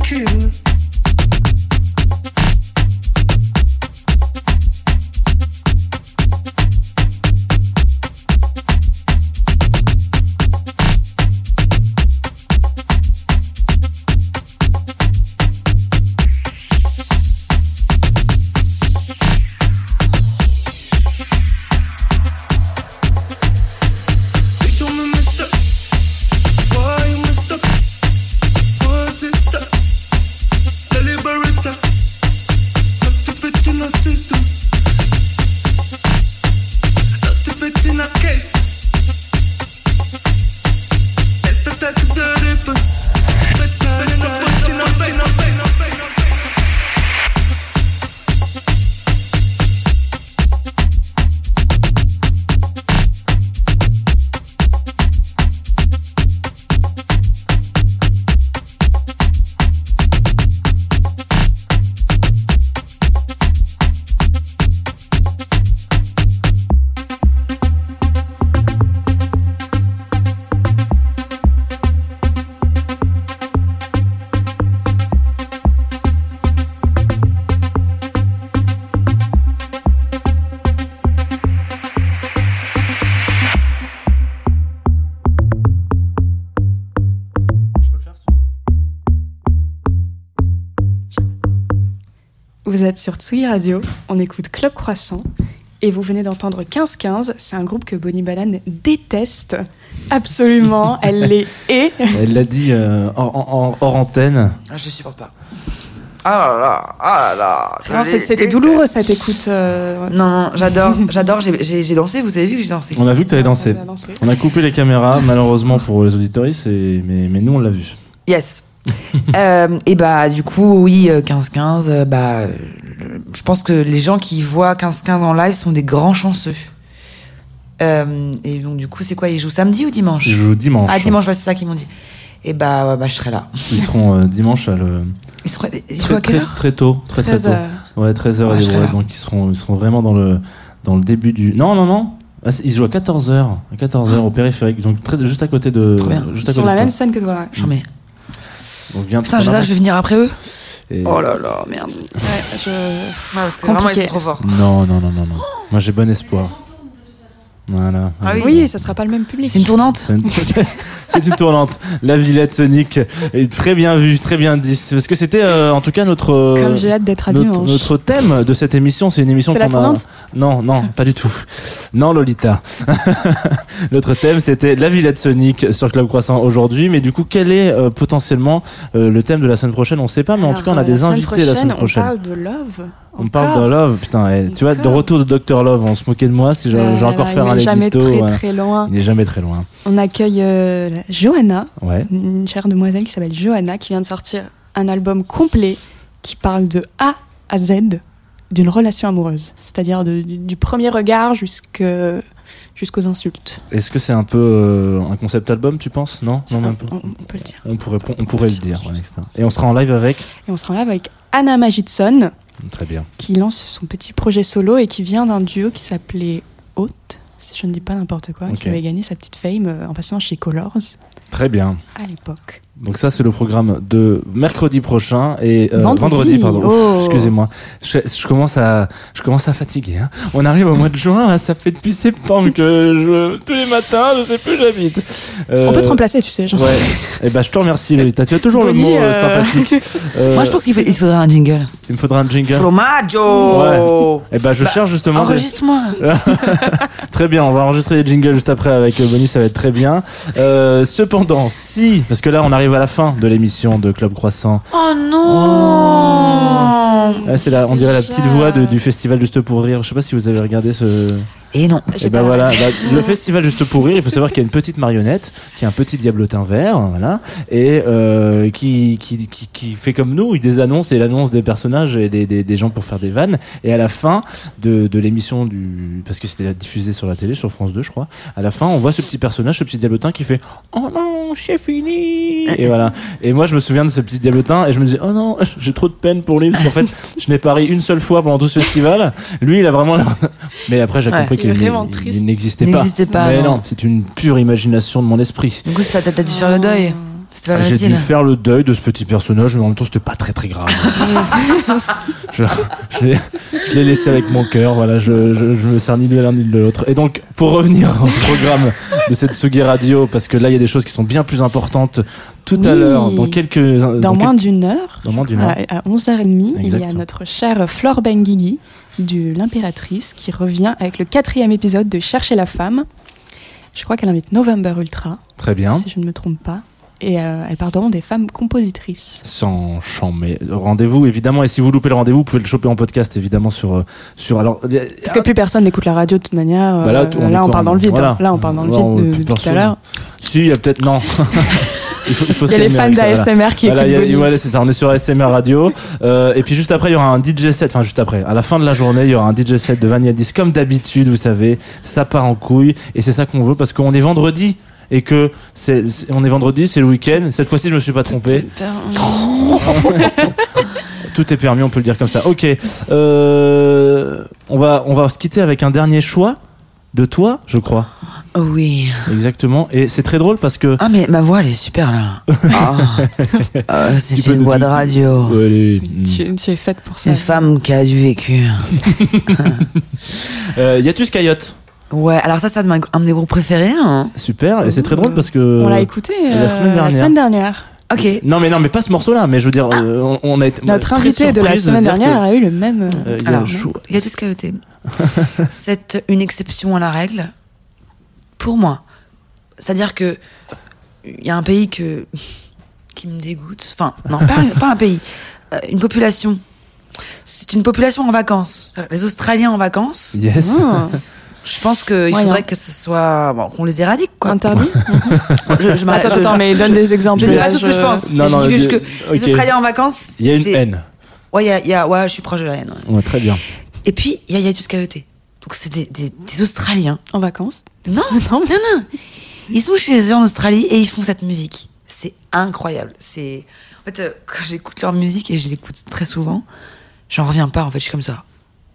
kill. They told me, mister, why you mister? Was it the the liberator? Not to fit in a system, not to fit in a case. It's the type of the difference. Better than a punch in a face, no face, no face, no face. Vous êtes sur Tsugi Radio, on écoute Club Croissant et vous venez d'entendre quinze quinze. C'est un groupe que Bonnie Banane déteste absolument. Elle les hait. Elle l'a dit euh, hors, hors- hors antenne. Ah, je les supporte pas. Ah là là, ah là là. je Non, les c'est- C'était déteste. douloureux cette écoute. euh, Non, non, j'adore, j'adore. J'ai, j'ai, j'ai dansé. Vous avez vu que j'ai dansé. On a vu que tu avais dansé. On a dansé. On a coupé les caméras, malheureusement pour les auditoristes, et- mais, mais nous on l'a vu. Yes. euh, et bah du coup oui euh, quinze quinze euh, bah euh, je pense que les gens qui voient quinze quinze en live sont des grands chanceux. Euh, et donc du coup c'est quoi, ils jouent samedi ou dimanche? Je joue dimanche. Ah dimanche, ouais, c'est ça qu'ils m'ont dit. Et bah ouais, bah je serai là. Ils seront euh, dimanche à le. Ils, seront, ils jouent Très, à quelle très, heure? très tôt, très très treize tôt. heures. Ouais, treize heures Ouais, et je des serai brouettes, là. donc ils seront, ils seront vraiment dans le, dans le début du. Non, non, non. Ah, c'est- ils jouent à quatorze heures. À quatorze heures au périphérique, donc très, juste à côté de. Trop bien. Juste à Sur côté la de même toi. scène que toi. J'en mets. Donc viens Putain, prendre je un je vais venir après eux. et- Oh là là, merde. Ouais, je... Ouais, parce que vraiment ils Compliqué. sont trop forts. Non, non, non, non, non. Moi j'ai bon espoir. Voilà. Ah oui. Oui, ça sera pas le même public. C'est une tournante. C'est une, c'est une tournante. La Villette Sonic est très bien vue, très bien dit. Parce que c'était euh, en tout cas notre euh, Comme j'ai hâte d'être à notre, dimanche. notre thème de cette émission. C'est une émission C'est qu'on la tournante a. Non, non, pas du tout. Non, Lolita. Notre thème c'était la Villette Sonic sur Club Croissant aujourd'hui. Mais du coup, quel est euh, potentiellement euh, le thème de la semaine prochaine? On sait pas, mais en Alors, tout cas, on a euh, des la semaine invités la semaine prochaine. On parle de love. On parle de Love, putain, eh, tu vois, de Encore. retour de docteur Love, on se moquait de moi si je, je vais encore faire il un est jamais édito. très ouais. très loin. Il est jamais très loin. On accueille euh, Johanna, Ouais. une chère demoiselle qui s'appelle Johanna, qui vient de sortir un album complet qui parle de A à Z d'une relation amoureuse, c'est-à-dire de- du, du premier regard jusque, jusqu'aux insultes. Est-ce que c'est un peu euh, un concept album, tu penses? Non, non, on, même pas. on- on peut le dire. On pourrait, on pourrait le dire. Ouais, et cetera. Et on sera en live avec. Et on sera là avec Anna Magidson, Très bien. qui lance son petit projet solo et qui vient d'un duo qui s'appelait Haute, si je ne dis pas n'importe quoi, Ok. qui avait gagné sa petite fame euh, en passant chez Colors Très bien. à l'époque. Donc ça, c'est le programme de mercredi prochain et euh, Vendredi. pardon. Ouf, Oh. excusez-moi. Je, je commence à, je commence à fatiguer. Hein. On arrive au mois de juin. Là, ça fait depuis septembre que je, tous les matins, je sais plus où j'habite. Euh, On peut te remplacer, tu sais. Genre. Ouais. Et ben, je te remercie, Lolita. Tu as toujours Bonnie, le mot euh, euh, sympathique. Euh, Moi je pense qu'il faut- il faudrait un jingle. il me faudra un jingle. Fromaggio. Ouais. Et ben, je Bah, cherche justement. des- Enregistre-moi. Très bien, on va enregistrer les jingles juste après avec euh, Bonnie, ça va être très bien. Euh, cependant, si, parce que là on arrive à la fin de l'émission de Club Croissant. Oh non. Là, c'est la, on dirait la Déjà. petite voix de- du festival Juste pour rire. Je sais pas si vous avez regardé ce. Et non. J'ai Et ben pas- voilà, bah, le festival Juste pour rire. Il faut savoir qu'il y a une petite marionnette, qui a un petit diablotin vert, voilà, et euh, qui, qui qui qui fait comme nous, il des annonces et il annonce des personnages et des, des des gens pour faire des vannes. Et à la fin de de l'émission du, parce que c'était diffusé sur la télé, sur France deux, je crois. À la fin, on voit ce petit personnage, ce petit diablotin qui fait oh non, c'est fini. Et voilà. Et moi, je me souviens de ce petit diablotin et je me disais oh non, j'ai trop de peine pour lui parce qu'en fait, je n'ai pas ri une seule fois pendant tout ce festival. Lui, il a vraiment. l'air- Mais après, j'ai Ouais. compris Il qu'il est n'est- vraiment il- triste. il n'existait Il pas. n'existait pas, Mais non. non, c'est une pure imagination de mon esprit. Du coup, t'as t'as dû faire le deuil. C'était pas Ah, J'ai facile. dû faire le deuil de ce petit personnage, mais en même temps, c'était pas très très grave. je je l'ai, je l'ai laissé avec mon cœur, voilà, je, je, je me sers ni de l'un ni de l'autre. Et donc, pour revenir au programme de cette Tsugi Radio, parce que là, il y a des choses qui sont bien plus importantes tout à Oui. l'heure, dans quelques... Dans, dans moins quelques- d'une heure, Dans moins d'une heure. à, à onze heures trente, il y a Exactement. notre chère Flore Benguigui de l'Impératrice qui revient avec le quatrième épisode de Chercher la femme. Je crois qu'elle invite November Ultra, Très bien. si je ne me trompe pas. Et euh, elle parle vraiment des femmes compositrices. Sans champ, mais rendez-vous évidemment. Et si vous loupez le rendez-vous, vous pouvez le choper en podcast évidemment sur euh, sur. Alors, Parce que plus personne n'écoute la radio de toute manière. Bah là, euh, tout- on est là, on quoi, parle dans le vide. voilà. hein. Là, on parle dans le Là, vide on- de- plus depuis tout à personne. l'heure. Si, il y a peut-être non. il faut, il faut Il se y a les calmer fans avec ça, d'A S M R voilà. qui Voilà, il y a- écoutent Bonnie. voilà, c'est ça. On est sur A S M R Radio. Euh, et puis juste après, il y aura un D J set. Enfin, juste après, à la fin de la journée, il y aura un D J set de Vanilla comme d'habitude. Vous savez, ça part en couille et c'est ça qu'on veut parce qu'on est vendredi. Et que c'est, c'est- on est vendredi, c'est le week-end. Cette fois-ci, je me suis pas trompé. Tout est permis, on peut le dire comme ça. Ok, euh, on va on va se quitter avec un dernier choix de toi, je crois. Oui. Exactement. Et c'est très drôle parce que Ah, mais ma voix, elle est super là. Ah. Ah, c'est Tu peux une nous voix de dire- radio. Ouais, les- hmm. Tu, tu es faite pour ça. Une femme qui a du vécu. euh, Yatus Coyote. Ouais, alors ça, c'est un de mes- un de mes groupes préférés. Hein. Super. Et c'est très drôle parce que On l'a écouté la euh, semaine dernière. la semaine dernière. Ok. Non mais non mais pas ce morceau-là. Mais je veux dire, euh, on, on a été Notre très invité de la surprise semaine se dire dernière que, a eu le même. euh, euh, il y a Alors, le chou- il y a tout ce qu'a été. C'est une exception à la règle pour moi. C'est-à-dire que il y a un pays que qui me dégoûte. Enfin, non, pas, pas un pays. Euh, une population. C'est une population en vacances. Les Australiens en vacances. Yes. ah, Je pense qu'il Moyen. faudrait que ce soit bon, qu'on les éradique quoi. interdit. Je, je m'arrête- Attends, je- attends, mais donne des exemples. Je dis de pas tout ce que je pense. Non, mais non, je dis juste je- que ok. les Australiens en vacances. Il y a une c'est- haine. Ouais, il y a, il y a- ouais, je suis proche de la haine. ouais. Ouais, très bien. Et puis il y a Yatus Coyote. Donc c'est des, des, des Australiens. En vacances. Non, Non, non, non. Ils sont chez eux en Australie et ils font cette musique. C'est incroyable. C'est en fait euh, quand j'écoute leur musique et je l'écoute très souvent, j'en reviens pas. En fait, je suis comme ça.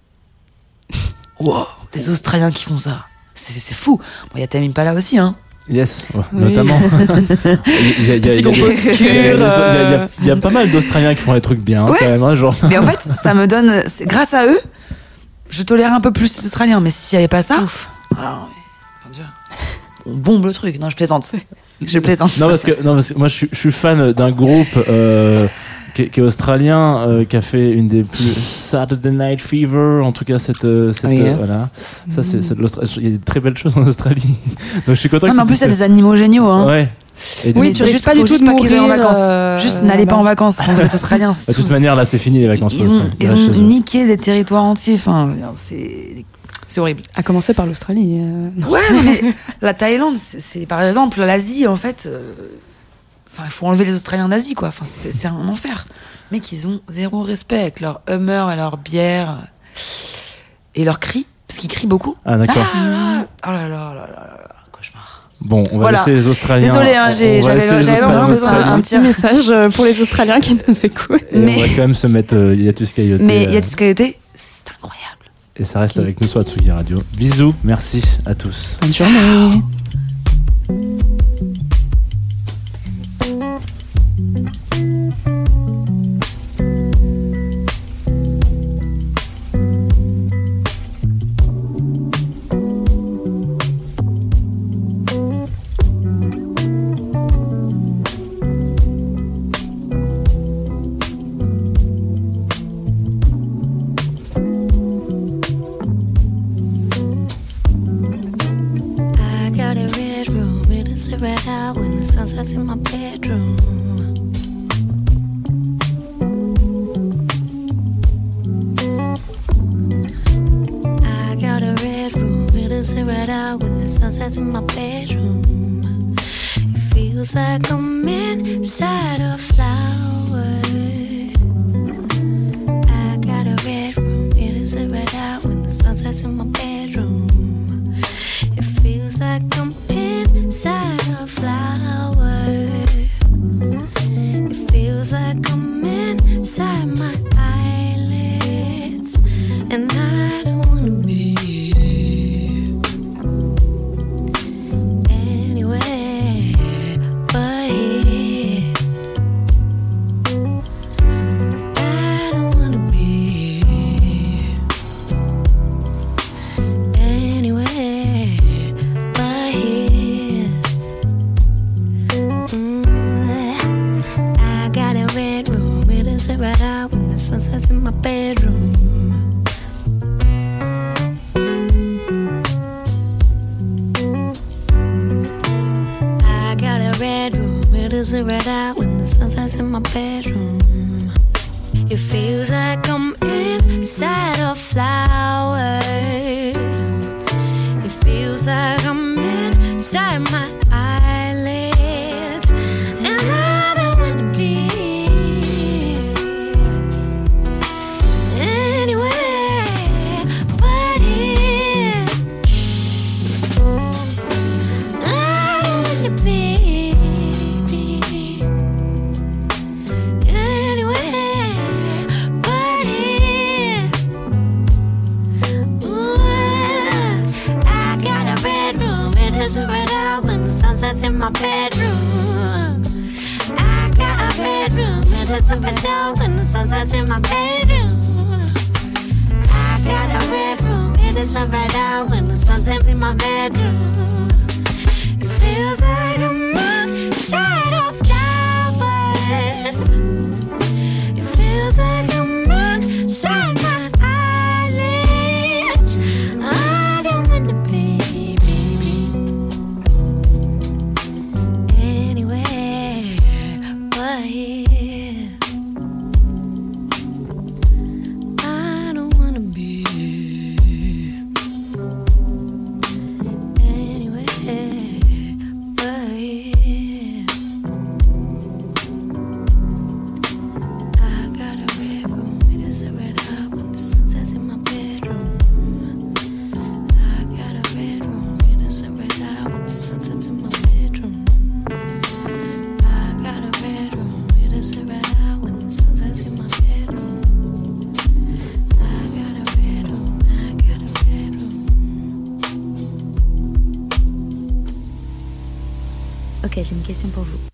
Wow, des Australiens qui font ça. C'est c'est fou. Bon, il y a Tame Impala aussi, hein. Yes, ouais, Oui. notamment. Il y a- il y a- il y a- Petit il y a- composture, il y a- il y a- il y a- euh. il y a pas mal d'Australiens qui font des trucs bien, Ouais. quand même, hein, genre. Mais en fait, ça me donne. c'est- Grâce à eux, je tolère un peu plus les Australiens. Mais s'il n'y avait pas ça. Alors, mais, mon Dieu. On bombe le truc. Non, je plaisante. Je plaisante. Non parce que non parce que moi je suis, je suis fan d'un groupe euh, qui, est- qui est australien euh, qui a fait une des plus Saturday Night Fever en tout cas cette euh, cette Oh, yes. euh, voilà ça c'est c'est de l'Australie. Il y a des très belles choses en Australie donc je suis content Non, que mais en tu plus, il y a dises des animaux géniaux. que- Hein. ouais et Oui, Mais tu c'est risques juste- pas faut du tout juste de pas qu'ils aillent en mourir, vacances. euh, Juste n'allez pas en vacances quand vous êtes australien. de toute manière là c'est fini les vacances Ils pour ont, l'Australie. ils Reste ont chez eux. niqué des territoires entiers. Enfin, c'est c'est horrible. À commencer par l'Australie. euh, non. Ouais, non, mais la Thaïlande, c'est c'est- par exemple l'Asie en fait. euh, Enfin, il faut enlever les Australiens d'Asie, quoi. Enfin, c'est c'est un enfer. Mec, ils ont zéro respect avec leur humeur et leur bière et leurs cris, parce qu'ils crient beaucoup. Ah d'accord Ah, oh là là là là là, cauchemar. bon on va Voilà. laisser les Australiens Désolé, hein, on- j'ai- on va j'avais- laisser les j'avais Australiens vraiment en besoin Un, Australie. un de- petit message euh, pour les Australiens qui nous écoutent. et Mais- on va quand même se mettre euh, Yatus Coyote Mais euh, Yatus Coyote, c'est incroyable. et ça reste avec nous sur la Tsugi Radio. Bisous, merci à tous. Bonne journée. I got a red room, it'll sit right out when the sun sets in my bedroom. I got a red room, it'll sit right out when the sun sets in my bedroom. It feels like I'm inside a flower. I got a red room, it'll sit right out when the sun sets in my bedroom. It feels like I'm inside a flower. It feels like I'm inside my eyelids, and I don't wanna be anywhere but here. sun sets in my bedroom. I got a red room, it is a red out when the sun sets in my bedroom. It feels like I'm inside a flower. It feels like I'm inside my eyelids, and I don't wanna be anywhere but here. I don't wanna be anywhere but here. Ooh, I got a bedroom, it is a red out when the sun sets in my bedroom. I got a bedroom, it is a red out when the sun sets in my bedroom. I got a bedroom, it is a red out when the sun sets in my bedroom. It feels like I'm inside a flower. It feels like I'm inside my eyelids. I don't wanna be anywhere but here. I don't wanna be anywhere but here. I got a red room, it is a red out when the sun sets in my bedroom. I got a red room, it is a red out when the sun sets in my bedroom. I got a red room, it is a red out when the sun sets in my bedroom. I got a red room, I got a red room. Ok, j'ai une question pour vous.